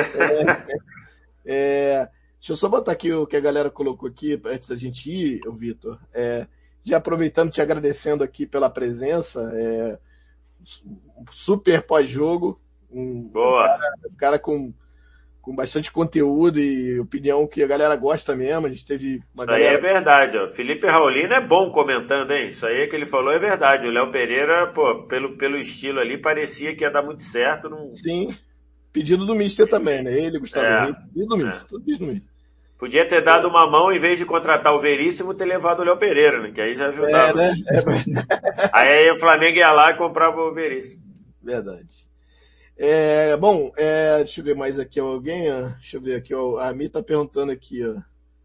É, é, deixa eu só botar aqui o que a galera colocou aqui, antes da gente ir, Vitor. É, Já aproveitando, te agradecendo aqui pela presença, é, super pós-jogo, um, Boa. um cara, um cara com, com bastante conteúdo e opinião que a galera gosta mesmo. A gente teve uma Isso galera... aí é verdade, ó. Felipe Raulino é bom comentando, hein? Isso aí que ele falou é verdade. O Léo Pereira, pô, pelo, pelo estilo ali, parecia que ia dar muito certo. Não... Sim, pedido do Mister também, né? Ele, Gustavo É, Henrique, pedido do Mister, é. tudo pedido do Mister. Podia ter dado uma mão, em vez de contratar o Veríssimo, ter levado o Léo Pereira, né? Que aí já ajudava. É, né? É verdade. Aí o Flamengo ia lá e comprava o Veríssimo. Verdade. É, bom, é, deixa eu ver mais aqui alguém, ó. Deixa eu ver aqui, ó. A Mi tá perguntando aqui, ó.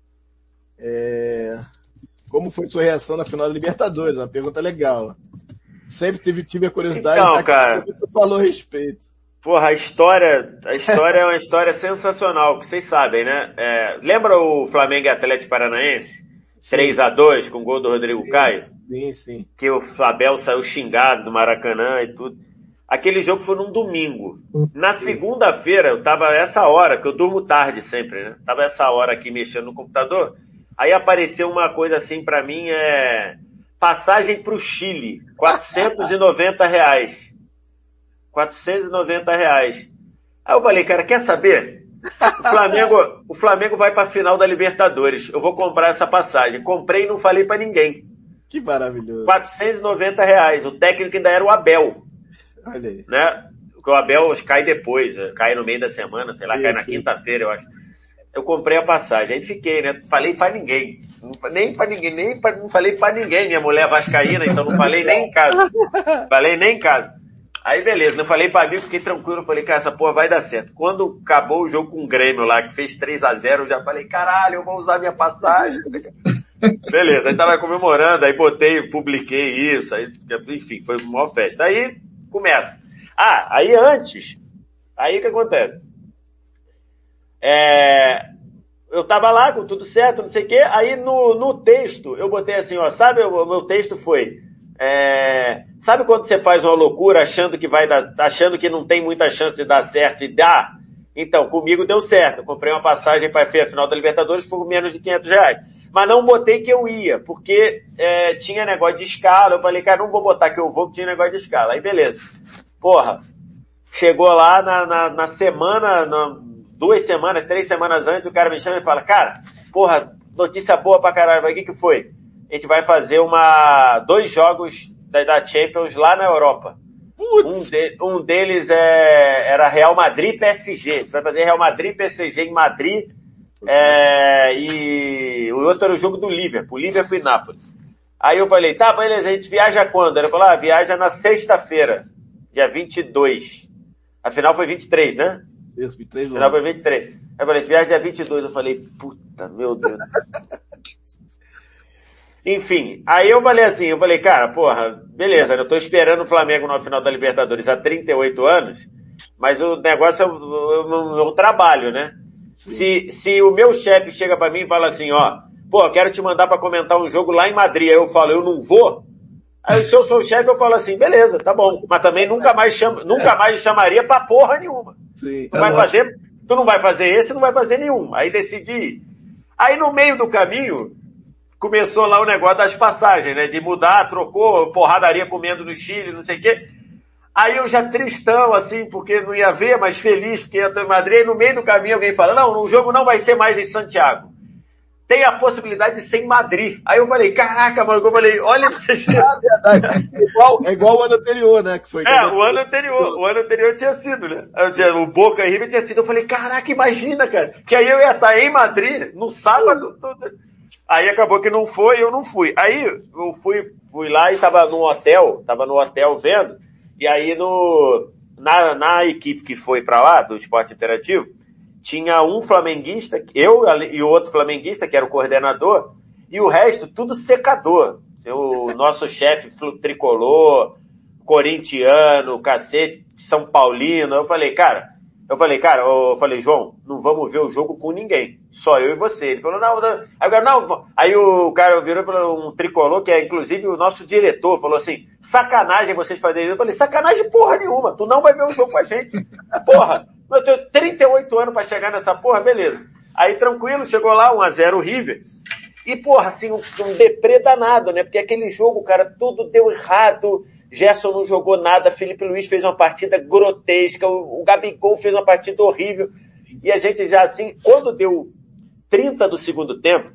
É, como foi sua reação na final da Libertadores? Uma pergunta legal. Sempre tive, tive a curiosidade, Então, já que cara, você falou a respeito. Porra, a história, a história é uma história sensacional, que vocês sabem, né? É, lembra o Flamengo e Atlético Paranaense? Sim. três a dois com o gol do Rodrigo Sim, Caio? Sim, sim. Que o Abel saiu xingado do Maracanã e tudo. Aquele jogo foi num domingo. Na segunda-feira, eu tava essa hora, que eu durmo tarde sempre, né? Tava essa hora aqui mexendo no computador. Aí apareceu uma coisa assim pra mim, é... passagem pro Chile, quatrocentos e noventa reais. quatrocentos e noventa reais. Aí eu falei, cara, quer saber? O Flamengo, o Flamengo vai pra final da Libertadores. Eu vou comprar essa passagem. Comprei e não falei pra ninguém. Que maravilhoso. quatrocentos e noventa reais. O técnico ainda era o Abel. Olha aí. Né? Porque o Abel cai depois, cai no meio da semana, sei lá, Isso, cai na isso. quinta-feira, eu acho. Eu comprei a passagem, aí fiquei, né? Falei pra ninguém. Não, nem pra ninguém, nem pra, não falei pra ninguém. Minha mulher é vascaína, então não falei nem em casa. Falei nem em casa. Aí beleza, não falei pra mim, fiquei tranquilo, falei, cara, essa porra vai dar certo. Quando acabou o jogo com o Grêmio lá, que fez três a zero, eu já falei, caralho, eu vou usar minha passagem. Beleza, aí tava comemorando, aí botei, publiquei isso, aí, enfim, foi uma maior festa. Aí começa. Ah, aí antes, aí o que acontece? É, eu tava lá com tudo certo, não sei o quê, aí no, no texto, eu botei assim, ó, sabe, o, o meu texto foi, é, sabe quando você faz uma loucura achando que vai dar, achando que não tem muita chance de dar certo e dá? Então, comigo deu certo, eu comprei uma passagem para a final da Libertadores por menos de quinhentos reais. Mas não botei que eu ia, porque é, tinha negócio de escala, eu falei, cara, não vou botar que eu vou, porque tinha negócio de escala. Aí beleza. Porra, chegou lá na, na, na semana, na, duas semanas, três semanas antes, o cara me chama e fala, cara, porra, notícia boa pra caralho, o que que foi? A gente vai fazer uma, dois jogos da, da Champions lá na Europa. Um, de, um deles é, era Real Madrid e P S G. A gente vai fazer Real Madrid e P S G em Madrid, é, e o outro era o jogo do Liverpool, Liverpool e Nápoles. Aí eu falei, tá, beleza, a gente viaja quando? Ele falou, ah, viaja na sexta-feira, dia vinte e dois. Afinal foi vinte e três, né? Isso, vinte e três. Afinal foi vinte e três. Aí eu falei, viaja dia vinte e dois. Eu falei, puta, meu Deus. Enfim, aí eu falei assim, eu falei, cara, porra, beleza, eu tô esperando o Flamengo na final da Libertadores há trinta e oito anos, mas o negócio é o, o, o trabalho, né? Se, se o meu chefe chega pra mim e fala assim, ó, pô, eu quero te mandar pra comentar um jogo lá em Madrid, aí eu falo, eu não vou, aí se eu sou o chefe eu falo assim, beleza, tá bom, mas também nunca mais chama, nunca mais chamaria pra porra nenhuma. Sim, tu vai fazer, tu não vai fazer esse, não vai fazer nenhum, aí decidi ir. Aí no meio do caminho, começou lá o negócio das passagens, né? De mudar, trocou, porradaria comendo no Chile, não sei o quê. Aí eu já tristão, assim, porque não ia ver, mas feliz, porque eu tô em Madrid. E no meio do caminho alguém fala, não, o jogo não vai ser mais em Santiago. Tem a possibilidade de ser em Madrid. Aí eu falei, caraca, mano, eu falei, olha... É igual, é igual o ano anterior, né? Que foi, que é, o ano anterior. O ano anterior tinha sido, né? Eu tinha, o Boca e River tinha sido. Eu falei, caraca, imagina, cara. Que aí eu ia estar em Madrid, no sábado... Todo... Aí acabou que não foi, eu não fui. Aí eu fui, fui lá e tava no hotel, tava no hotel vendo, e aí no, na, na equipe que foi pra lá, do Esporte Interativo, tinha um flamenguista, eu e o outro flamenguista, que era o coordenador, e o resto tudo secador. O nosso chefe tricolor, corintiano, cacete, São Paulino. Eu falei, cara, Eu falei, cara, eu falei, João, não vamos ver o jogo com ninguém. Só eu e você. Ele falou, não, não. Aí, não. Aí o cara virou para um tricolor, que é inclusive o nosso diretor, falou assim, sacanagem vocês fazerem isso. Eu falei, sacanagem porra nenhuma. Tu não vai ver o jogo com a gente. Porra, eu tenho trinta e oito anos para chegar nessa porra, beleza. Aí tranquilo, chegou lá, um a zero o River. E, porra, assim, um, um deprê danado, né? Porque aquele jogo, cara, tudo deu errado. Gerson não jogou nada, Felipe Luiz fez uma partida grotesca, o, o Gabigol fez uma partida horrível. E a gente já, assim, quando deu trinta do segundo tempo,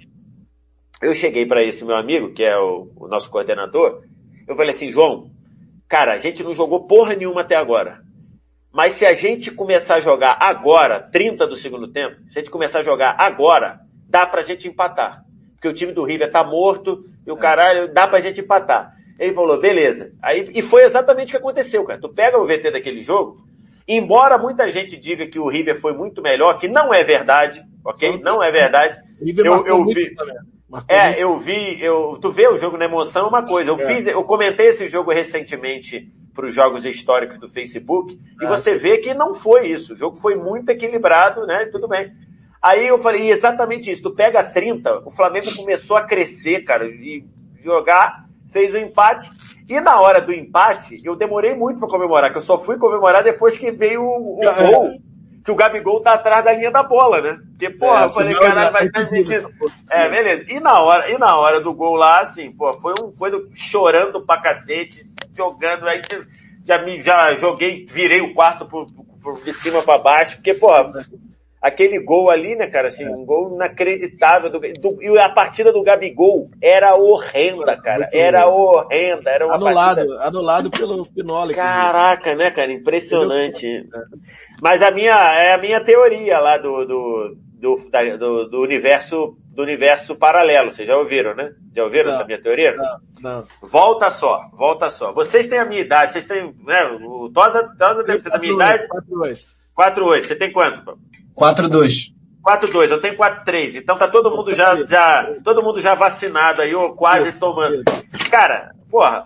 eu cheguei para esse meu amigo, que é o, o nosso coordenador, eu falei assim, João, cara, a gente não jogou porra nenhuma até agora. Mas se a gente começar a jogar agora, trinta do segundo tempo, se a gente começar a jogar agora, dá pra gente empatar. Porque o time do River tá morto, e o caralho, dá pra gente empatar. Ele falou, beleza. Aí, e foi exatamente o que aconteceu, cara. Tu pega o V T daquele jogo, embora muita gente diga que o River foi muito melhor, que não é verdade, ok? Não é verdade. Eu, eu vi... É, eu vi, eu, tu vê o jogo na emoção é uma coisa. Eu é. fiz, eu comentei esse jogo recentemente para os jogos históricos do Facebook, e é. você vê que não foi isso. O jogo foi muito equilibrado, né? Tudo bem. Aí eu falei, exatamente isso. Tu pega trinta, o Flamengo começou a crescer, cara, e jogar, fez o empate, e na hora do empate, eu demorei muito para comemorar, que eu só fui comemorar depois que veio o, o é. gol. Que o Gabigol tá atrás da linha da bola, né? Porque, porra, é, eu falei, caralho, vai estar mentindo. É, beleza. E na hora, e na hora do gol lá, assim, pô, foi um, foi do, chorando pra cacete, jogando, aí já me, já joguei, virei o quarto por, por, de cima pra baixo, porque, porra, aquele gol ali, né, cara, assim, um gol inacreditável do, do, e a partida do Gabigol era horrenda, cara, era horrenda, era uma anulado, partida... anulado pelo Pinoli. Caraca, né, cara, impressionante. Mas a minha, é a minha teoria lá do, do, do, da, do, do universo, do universo paralelo. Vocês já ouviram, né? Já ouviram não, essa minha teoria? Não, não. Volta só, volta só. Vocês têm a minha idade, vocês têm, né? O Tosa, Tosa deve ser da minha idade. quatro oito. quatro oito. Você tem quanto? quatro dois. quatro dois. Eu tenho quatro três. Então tá todo mundo já, já, todo mundo já vacinado aí, ou quase isso, tomando. Isso. Cara, porra.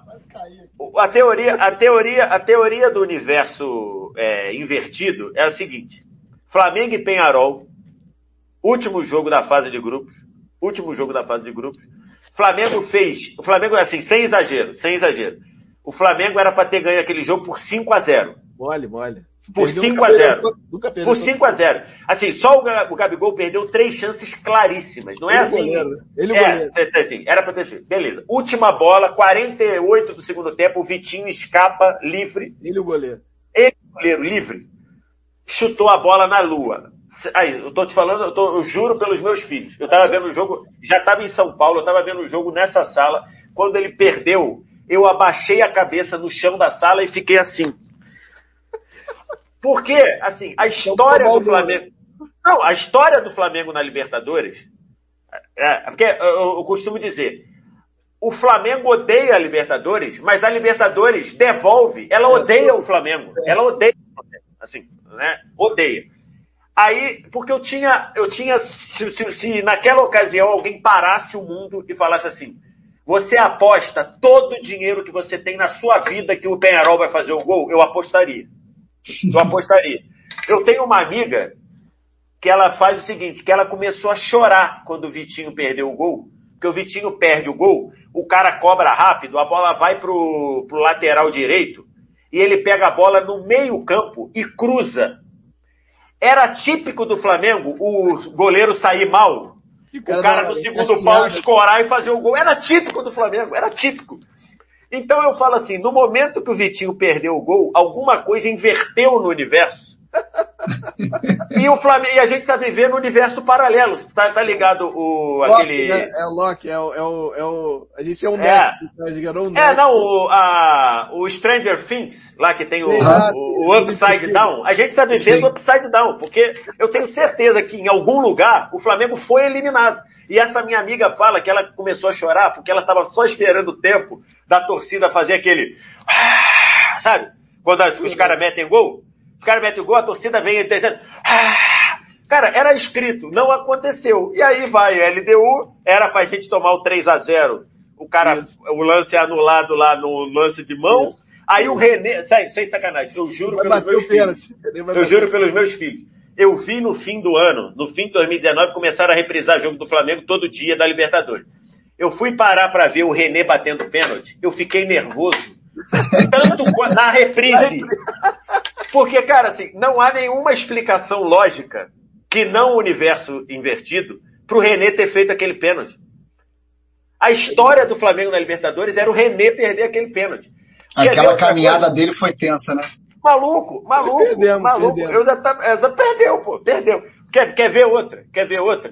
A teoria, a teoria, a teoria do universo é, invertido é a seguinte: Flamengo e Peñarol, último jogo da fase de grupos, último jogo da fase de grupos. Flamengo fez, o Flamengo é assim, sem exagero, sem exagero. O Flamengo era para ter ganho aquele jogo por cinco a zero. Mole, mole. Por cinco a zero. Por cinco a zero. Assim, só o Gabigol perdeu três chances claríssimas. Não é assim. Ele é, assim, era pra ter feito. Beleza. Última bola, quarenta e oito do segundo tempo, o Vitinho escapa livre. Ele o goleiro. Ele o goleiro livre. Chutou a bola na lua. Aí, eu tô te falando, eu, tô, eu juro pelos meus filhos. Eu tava vendo o jogo, já tava em São Paulo, eu tava vendo o jogo nessa sala. Quando ele perdeu, eu abaixei a cabeça no chão da sala e fiquei assim. Porque, assim, a história do Flamengo... Não, a história do Flamengo na Libertadores... É, porque eu, eu costumo dizer... O Flamengo odeia a Libertadores, mas a Libertadores devolve. Ela odeia o Flamengo. Ela odeia o Flamengo. Assim, né? Odeia. Aí, porque eu tinha... Eu tinha se, se, se naquela ocasião alguém parasse o mundo e falasse assim... Você aposta todo o dinheiro que você tem na sua vida que o Peñarol vai fazer o gol? Eu apostaria. Eu apostaria. Eu tenho uma amiga que ela faz o seguinte, que ela começou a chorar quando o Vitinho perdeu o gol, porque o Vitinho perde o gol, o cara cobra rápido, a bola vai pro, pro lateral direito, e ele pega a bola no meio campo e cruza. Era típico do Flamengo o goleiro sair mal, o cara, o cara no segundo pau escorar e fazer o gol. Era típico do Flamengo, era típico. Então eu falo assim, no momento que o Vitinho perdeu o gol, alguma coisa inverteu no universo. E o Flamengo, e a gente tá vivendo um universo paralelo. Tá, tá ligado o, Loki, aquele... Né? É o Loki, é o, é o, é o, a gente é um é. Next, a gente gerou um Next. É, não, o, a, o Stranger Things, lá que tem o, o, o Upside Down, a gente tá vivendo o Upside Down, porque eu tenho certeza que em algum lugar o Flamengo foi eliminado. E essa minha amiga fala que ela começou a chorar porque ela estava só esperando o tempo da torcida fazer aquele... Sabe? Quando as, os caras metem gol, os caras metem gol, a torcida vem e dizendo... Cara, era escrito, não aconteceu. E aí vai, L D U, era pra gente tomar o três a zero. O cara, Isso. o lance anulado lá no lance de mão. Isso. Aí Isso. o René, sem, sem sacanagem, eu juro pelos meus filhos. Eu juro pelos meus filhos. Eu vi no fim do ano, no fim de dois mil e dezenove, começaram a reprisar jogo do Flamengo todo dia da Libertadores. Eu fui parar pra ver o René batendo pênalti, eu fiquei nervoso. Tanto na reprise. Porque, cara, assim, não há nenhuma explicação lógica que não o universo invertido pro René ter feito aquele pênalti. A história do Flamengo na Libertadores era o René perder aquele pênalti. Aquela caminhada dele foi tensa, né? Maluco, maluco, perdemos, maluco. Perdemos. Eu já tá, já perdeu, pô, perdeu. Quer, quer ver outra? Quer ver outra?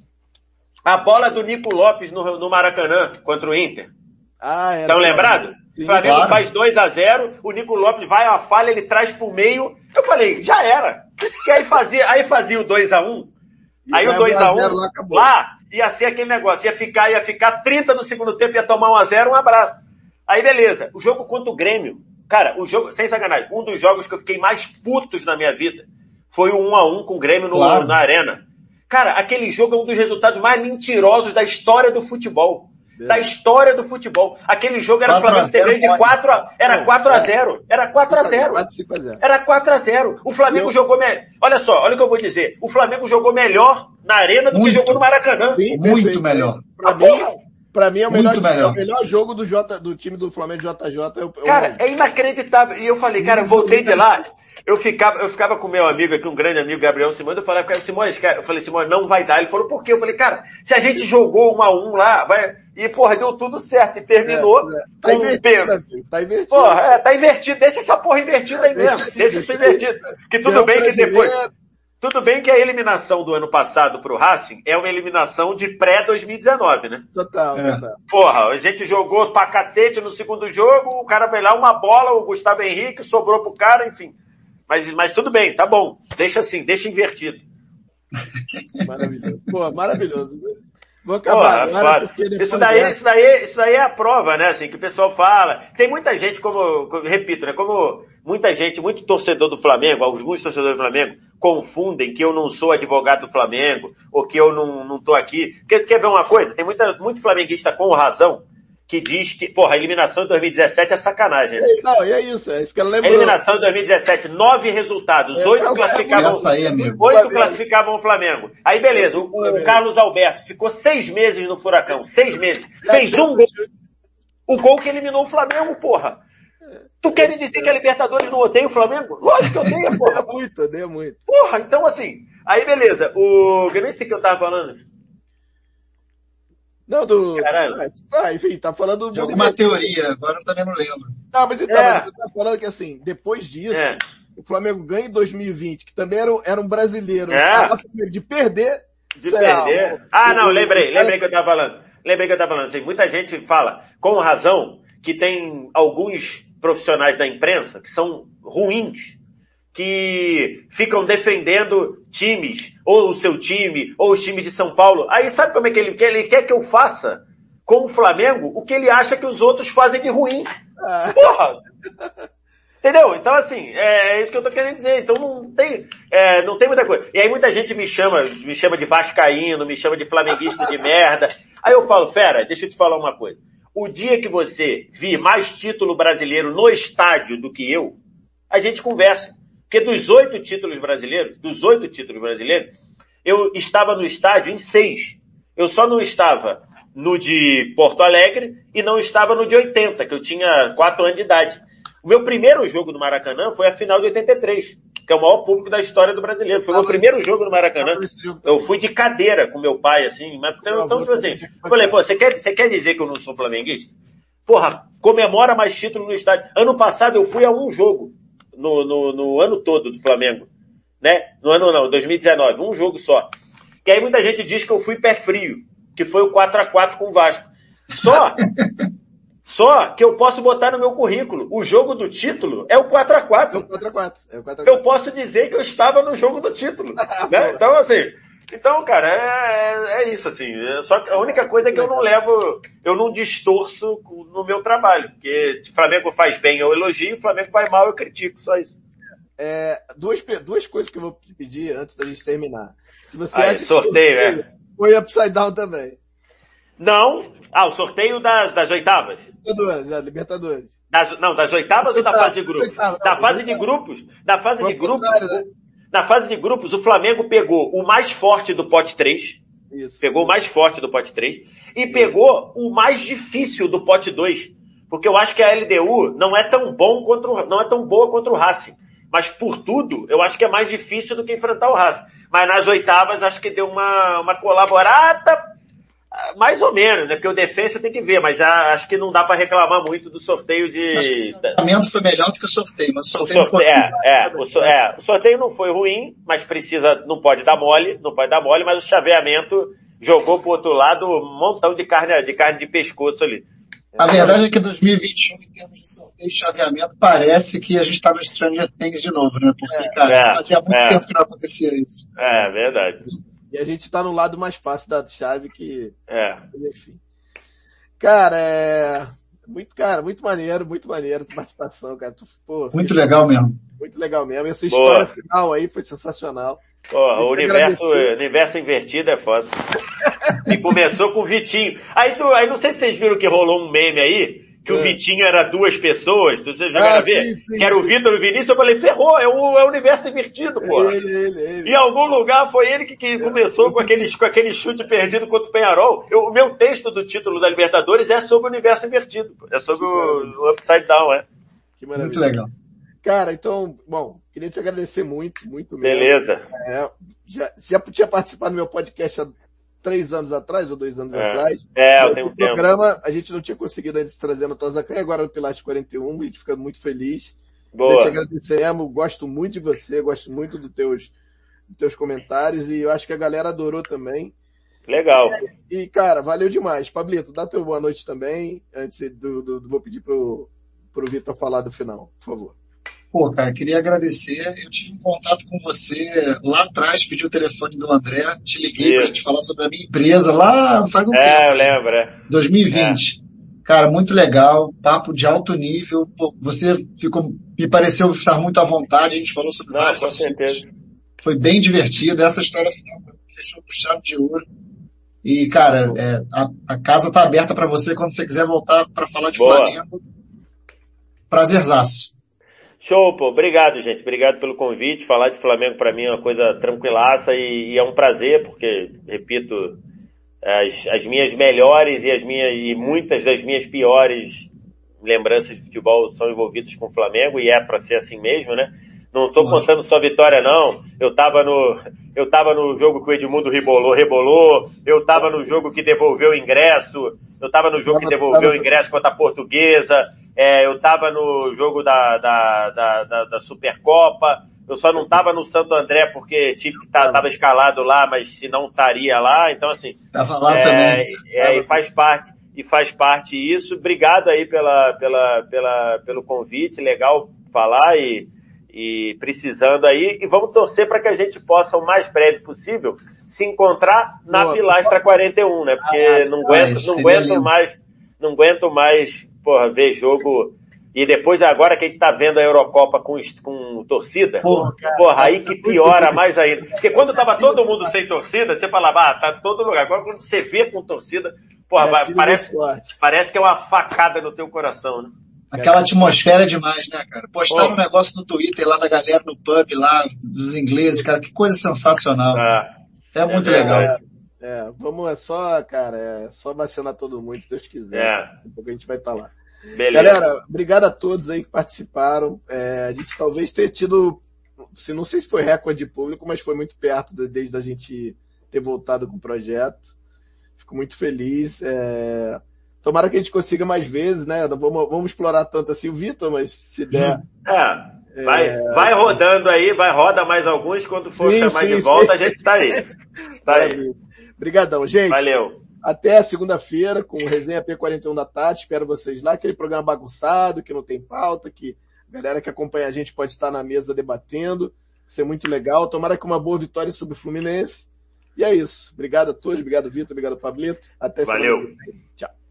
A bola do Nico Lopes no, no Maracanã contra o Inter. Ah, era. Estão lembrados? O Flamengo claro. faz dois a zero, o Nico Lopes vai a falha, ele traz pro meio. Eu falei, já era. E aí fazia, aí fazia o dois a um. Aí o dois a um lá, lá ia ser aquele negócio, ia ficar, ia ficar trinta no segundo tempo, ia tomar um a zero, um abraço. Aí beleza, o jogo contra o Grêmio. Cara, o jogo, sem sacanagem, um dos jogos que eu fiquei mais putos na minha vida foi o um a um com o Grêmio no, claro. na Arena. Cara, aquele jogo é um dos resultados mais mentirosos da história do futebol. É. Da história do futebol. Aquele jogo era Flamengo ter ganho de quatro a, era quatro a zero. Era quatro a zero. Era quatro a zero. O Flamengo eu... jogou melhor. Olha só, olha o que eu vou dizer. O Flamengo jogou melhor na Arena do muito. que jogou no Maracanã. Sim, muito melhor. Pra mim, Pra mim é o melhor, melhor. o melhor jogo do, J, do time do Flamengo J J. Eu, eu cara, é inacreditável. E eu falei, cara, eu voltei de lá. Eu ficava, eu ficava com meu amigo aqui, um grande amigo, Gabriel Simões, eu falava, cara, Simões, cara, eu falei, Simões, não vai dar. Ele falou, por quê? Eu falei, cara, se a gente jogou um a um lá, vai, e porra, deu tudo certo, e terminou. É, é. Tá invertido, um tá invertido. Porra, é, tá invertido, deixa essa porra invertida aí mesmo, deixa, deixa isso invertido. Que tudo bem que depois, tudo bem que a eliminação do ano passado pro Racing é uma eliminação de pré-dois mil e dezenove, né? Total, é. total. Porra, a gente jogou pra cacete no segundo jogo, o cara veio lá, uma bola, o Gustavo Henrique sobrou pro cara, enfim. Mas, mas tudo bem, tá bom. Deixa assim, deixa invertido. Maravilhoso. Pô, maravilhoso. Vou acabar Porra, agora, isso daí, dessa... isso daí, isso daí é a prova, né, assim, que o pessoal fala. Tem muita gente, como, como repito, né, como muita gente, muito torcedor do Flamengo, alguns torcedores do Flamengo, confundem que eu não sou advogado do Flamengo, ou que eu não, não tô aqui. Quer, quer ver uma coisa? Tem muita, muito flamenguista com razão, que diz que, porra, a eliminação de dois mil e dezessete é sacanagem. Né? Não, e é isso, é isso que ela lembrou. A eliminação de dois mil e dezessete, nove resultados, é, oito é, classificavam, aí, amigo. oito classificavam o Flamengo. Aí beleza, o, o Carlos Alberto ficou seis meses no Furacão, seis meses, fez um gol, o gol que eliminou o Flamengo, porra. Tu quer me dizer que a Libertadores não odeia o Flamengo? Lógico que odeia, porra. Odeia muito, odeia muito. Porra, então assim, aí beleza, o, eu nem sei o que eu tava falando. Não, do... Caralho. Ah, enfim, tá falando... De alguma teoria, agora eu também não lembro. Não, mas então, é. mas eu tava falando que assim, depois disso, é. o Flamengo ganha em dois mil e vinte, que também era, era um brasileiro, é. de perder... De perder? Lá, ah, não, lembrei, lembrei que eu tava falando. Lembrei que eu tava falando. Assim, muita gente fala, com razão, que tem alguns profissionais da imprensa que são ruins, que ficam defendendo times, ou o seu time, ou os times de São Paulo. Aí sabe como é que ele quer? Ele quer que eu faça com o Flamengo o que ele acha que os outros fazem de ruim. Porra! Entendeu? Então assim, é, é isso que eu tô querendo dizer. Então não tem, é, não tem muita coisa. E aí muita gente me chama, me chama de vascaíno, me chama de flamenguista de merda. Aí eu falo, fera, deixa eu te falar uma coisa. O dia que você vir mais título brasileiro no estádio do que eu, a gente conversa. Porque dos oito títulos brasileiros, dos oito títulos brasileiros, eu estava no estádio em seis. Eu só não estava no de Porto Alegre e não estava no de oitenta, que eu tinha quatro anos de idade. O meu primeiro jogo no Maracanã foi a final de oitenta e três, que é o maior público da história do brasileiro. Foi o meu primeiro jogo no Maracanã. Eu fui de cadeira com meu pai, assim. Mas, então, então tipo assim, eu falei, pô, você quer, você quer dizer que eu não sou flamenguista? Porra, comemora mais título no estádio. Ano passado eu fui a um jogo. No, no, no ano todo do Flamengo, né? No ano não, dois mil e dezenove, um jogo só. Que aí muita gente diz que eu fui pé frio, que foi o quatro a quatro com o Vasco. Só, só que eu posso botar no meu currículo, o jogo do título é o quatro a quatro. É o quatro a quatro. É o quatro a quatro. Eu posso dizer que eu estava no jogo do título, né? Então assim, então cara, é, é isso assim, é só que a única coisa é que eu não levo, eu não distorço no meu trabalho, porque se o Flamengo faz bem eu elogio, o Flamengo faz mal eu critico, só isso. É, duas, duas coisas que eu vou te pedir antes da gente terminar. Se você Aí, acha sorteio, que é. foi upside down também. Não, ah, o sorteio das, das oitavas. Libertadores, da Libertadores. Das, não, das oitavas ou da fase de grupos? Oitava, da não, fase de grupos, da fase de grupos, na fase de grupos, o Flamengo pegou o mais forte do pote três. Isso. Pegou o mais forte do pote três. E pegou o mais difícil do pote dois. Porque eu acho que a L D U não é tão bom contra o, não é tão boa contra o Racing. Mas por tudo, eu acho que é mais difícil do que enfrentar o Racing. Mas nas oitavas, acho que deu uma, uma colaborada. Mais ou menos, né? Porque o Defensa tem que ver, mas já, acho que não dá para reclamar muito do sorteio de... Acho que o sorteio foi melhor do que o sorteio, mas o sorteio, o sorteio não foi é, é, o, so, é, o sorteio não foi ruim, mas precisa, não pode dar mole, não pode dar mole, mas o chaveamento jogou pro outro lado um montão de carne, de carne de pescoço ali. A verdade é que dois mil e vinte e um, em termos de sorteio e chaveamento, parece que a gente tá no Stranger Things de novo, né? Porque, é, cara, é, fazia muito é. tempo que não acontecia isso. É, verdade. E a gente tá no lado mais fácil da chave que... É. Enfim. Cara, é... Muito, cara, muito maneiro, muito maneiro a participação, cara. Tu, pô, muito legal mesmo. Muito legal mesmo. Essa história Boa. final aí foi sensacional. Pô, o universo, universo invertido é foda. E começou com o Vitinho. Aí, tu, aí não sei se vocês viram que rolou um meme aí, que é. o Vitinho era duas pessoas, vocês já ah, ver? Sim, sim, que era sim. o Vitor e o Vinícius, eu falei, ferrou, é o, é o universo invertido, pô. Ele, ele, ele. Em algum lugar foi ele que, que começou com aquele, com aquele chute perdido contra o Peñarol. Eu, o meu texto do título da Libertadores é sobre o universo invertido, pô. É sobre o, o Upside Down, é. Que maravilha. Muito legal. Cara, então, bom, queria te agradecer muito, muito mesmo. Beleza. É, já, já tinha participado do meu podcast há três anos atrás, ou dois anos é. atrás. É, eu tenho um tempo. O programa, a gente não tinha conseguido ainda trazer no Tosacan, agora no Pilates quarenta e um, a gente fica muito feliz. Boa. Queria te agradecer, Emo, gosto muito de você, gosto muito dos teus, dos teus comentários, e eu acho que a galera adorou também. Legal. E, e cara, valeu demais. Pablito, dá teu boa noite também, antes do, do, do vou pedir pro, pro Vitor falar do final, por favor. Pô, cara, queria agradecer. Eu tive um contato com você lá atrás, pedi o telefone do André, te liguei Isso. pra gente falar sobre a minha empresa lá faz um é, tempo. É, eu lembro, é. dois mil e vinte. É. Cara, muito legal, papo de alto nível. Pô, você ficou, me pareceu estar muito à vontade, a gente falou sobre Não, vários com assuntos. certeza. Foi bem divertido, essa história final fechou com chave de ouro. E, cara, é, a, a casa tá aberta para você quando você quiser voltar para falar de Boa. Flamengo. Prazerzaço. Show, pô. Obrigado, gente. Obrigado pelo convite. Falar de Flamengo para mim é uma coisa tranquilaça e, e é um prazer, porque, repito, as, as minhas melhores e as minhas e muitas das minhas piores lembranças de futebol são envolvidas com o Flamengo e é para ser assim mesmo, né? Não tô contando só vitória, não. Eu tava no, eu tava no jogo que o Edmundo rebolou, rebolou. Eu tava no jogo que devolveu o ingresso. Eu tava no jogo que devolveu o ingresso contra a Portuguesa. É, eu tava no jogo da, da, da, da, da Supercopa. Eu só não tava no Santo André porque tive que tá, tava escalado lá, mas se não estaria lá. Então, assim. Tava lá é, também. É, e faz parte, e faz parte isso. Obrigado aí pela, pela, pela, pelo convite. Legal falar e, e precisando aí. E vamos torcer para que a gente possa, o mais breve possível, se encontrar na Boa. Pilastra quarenta e um, né? Porque ah, não aguento, não aguento mais, não aguento mais, porra, ver jogo. E depois, agora que a gente tá vendo a Eurocopa com, com torcida, porra, porra, aí que piora mais ainda. Porque quando tava todo mundo sem torcida, você falava, ah, tá todo lugar. Agora quando você vê com torcida, porra, é, vai, parece, parece que é uma facada no teu coração, né? Aquela atmosfera é demais, né, cara? Postar um negócio no Twitter lá da galera no pub lá, dos ingleses, cara, que coisa sensacional. Ah, é muito é legal. É, é, vamos, é só, cara, é só vacinar todo mundo, se Deus quiser. É. Daqui a pouco a gente vai estar tá lá. Beleza. Galera, obrigado a todos aí que participaram. É, a gente talvez tenha tido, se não sei se foi recorde de público, mas foi muito perto de, desde a gente ter voltado com o projeto. Fico muito feliz. É, tomara que a gente consiga mais vezes, né? Não vamos, vamos explorar tanto assim o Vitor, mas se der. É, vai, é, vai rodando aí, vai roda mais alguns, quando for sim, chamar sim, de volta, sim. A gente tá aí. Tá aí. Obrigadão, gente. Valeu. Até segunda-feira com o Resenha P quarenta e um da tarde. Espero vocês lá. Aquele programa bagunçado, que não tem pauta, que a galera que acompanha a gente pode estar na mesa debatendo. Isso é muito legal. Tomara que uma boa vitória sobre o Fluminense. E é isso. Obrigado a todos. Obrigado, Vitor. Obrigado, Pablito. Até Valeu. Semana. Tchau.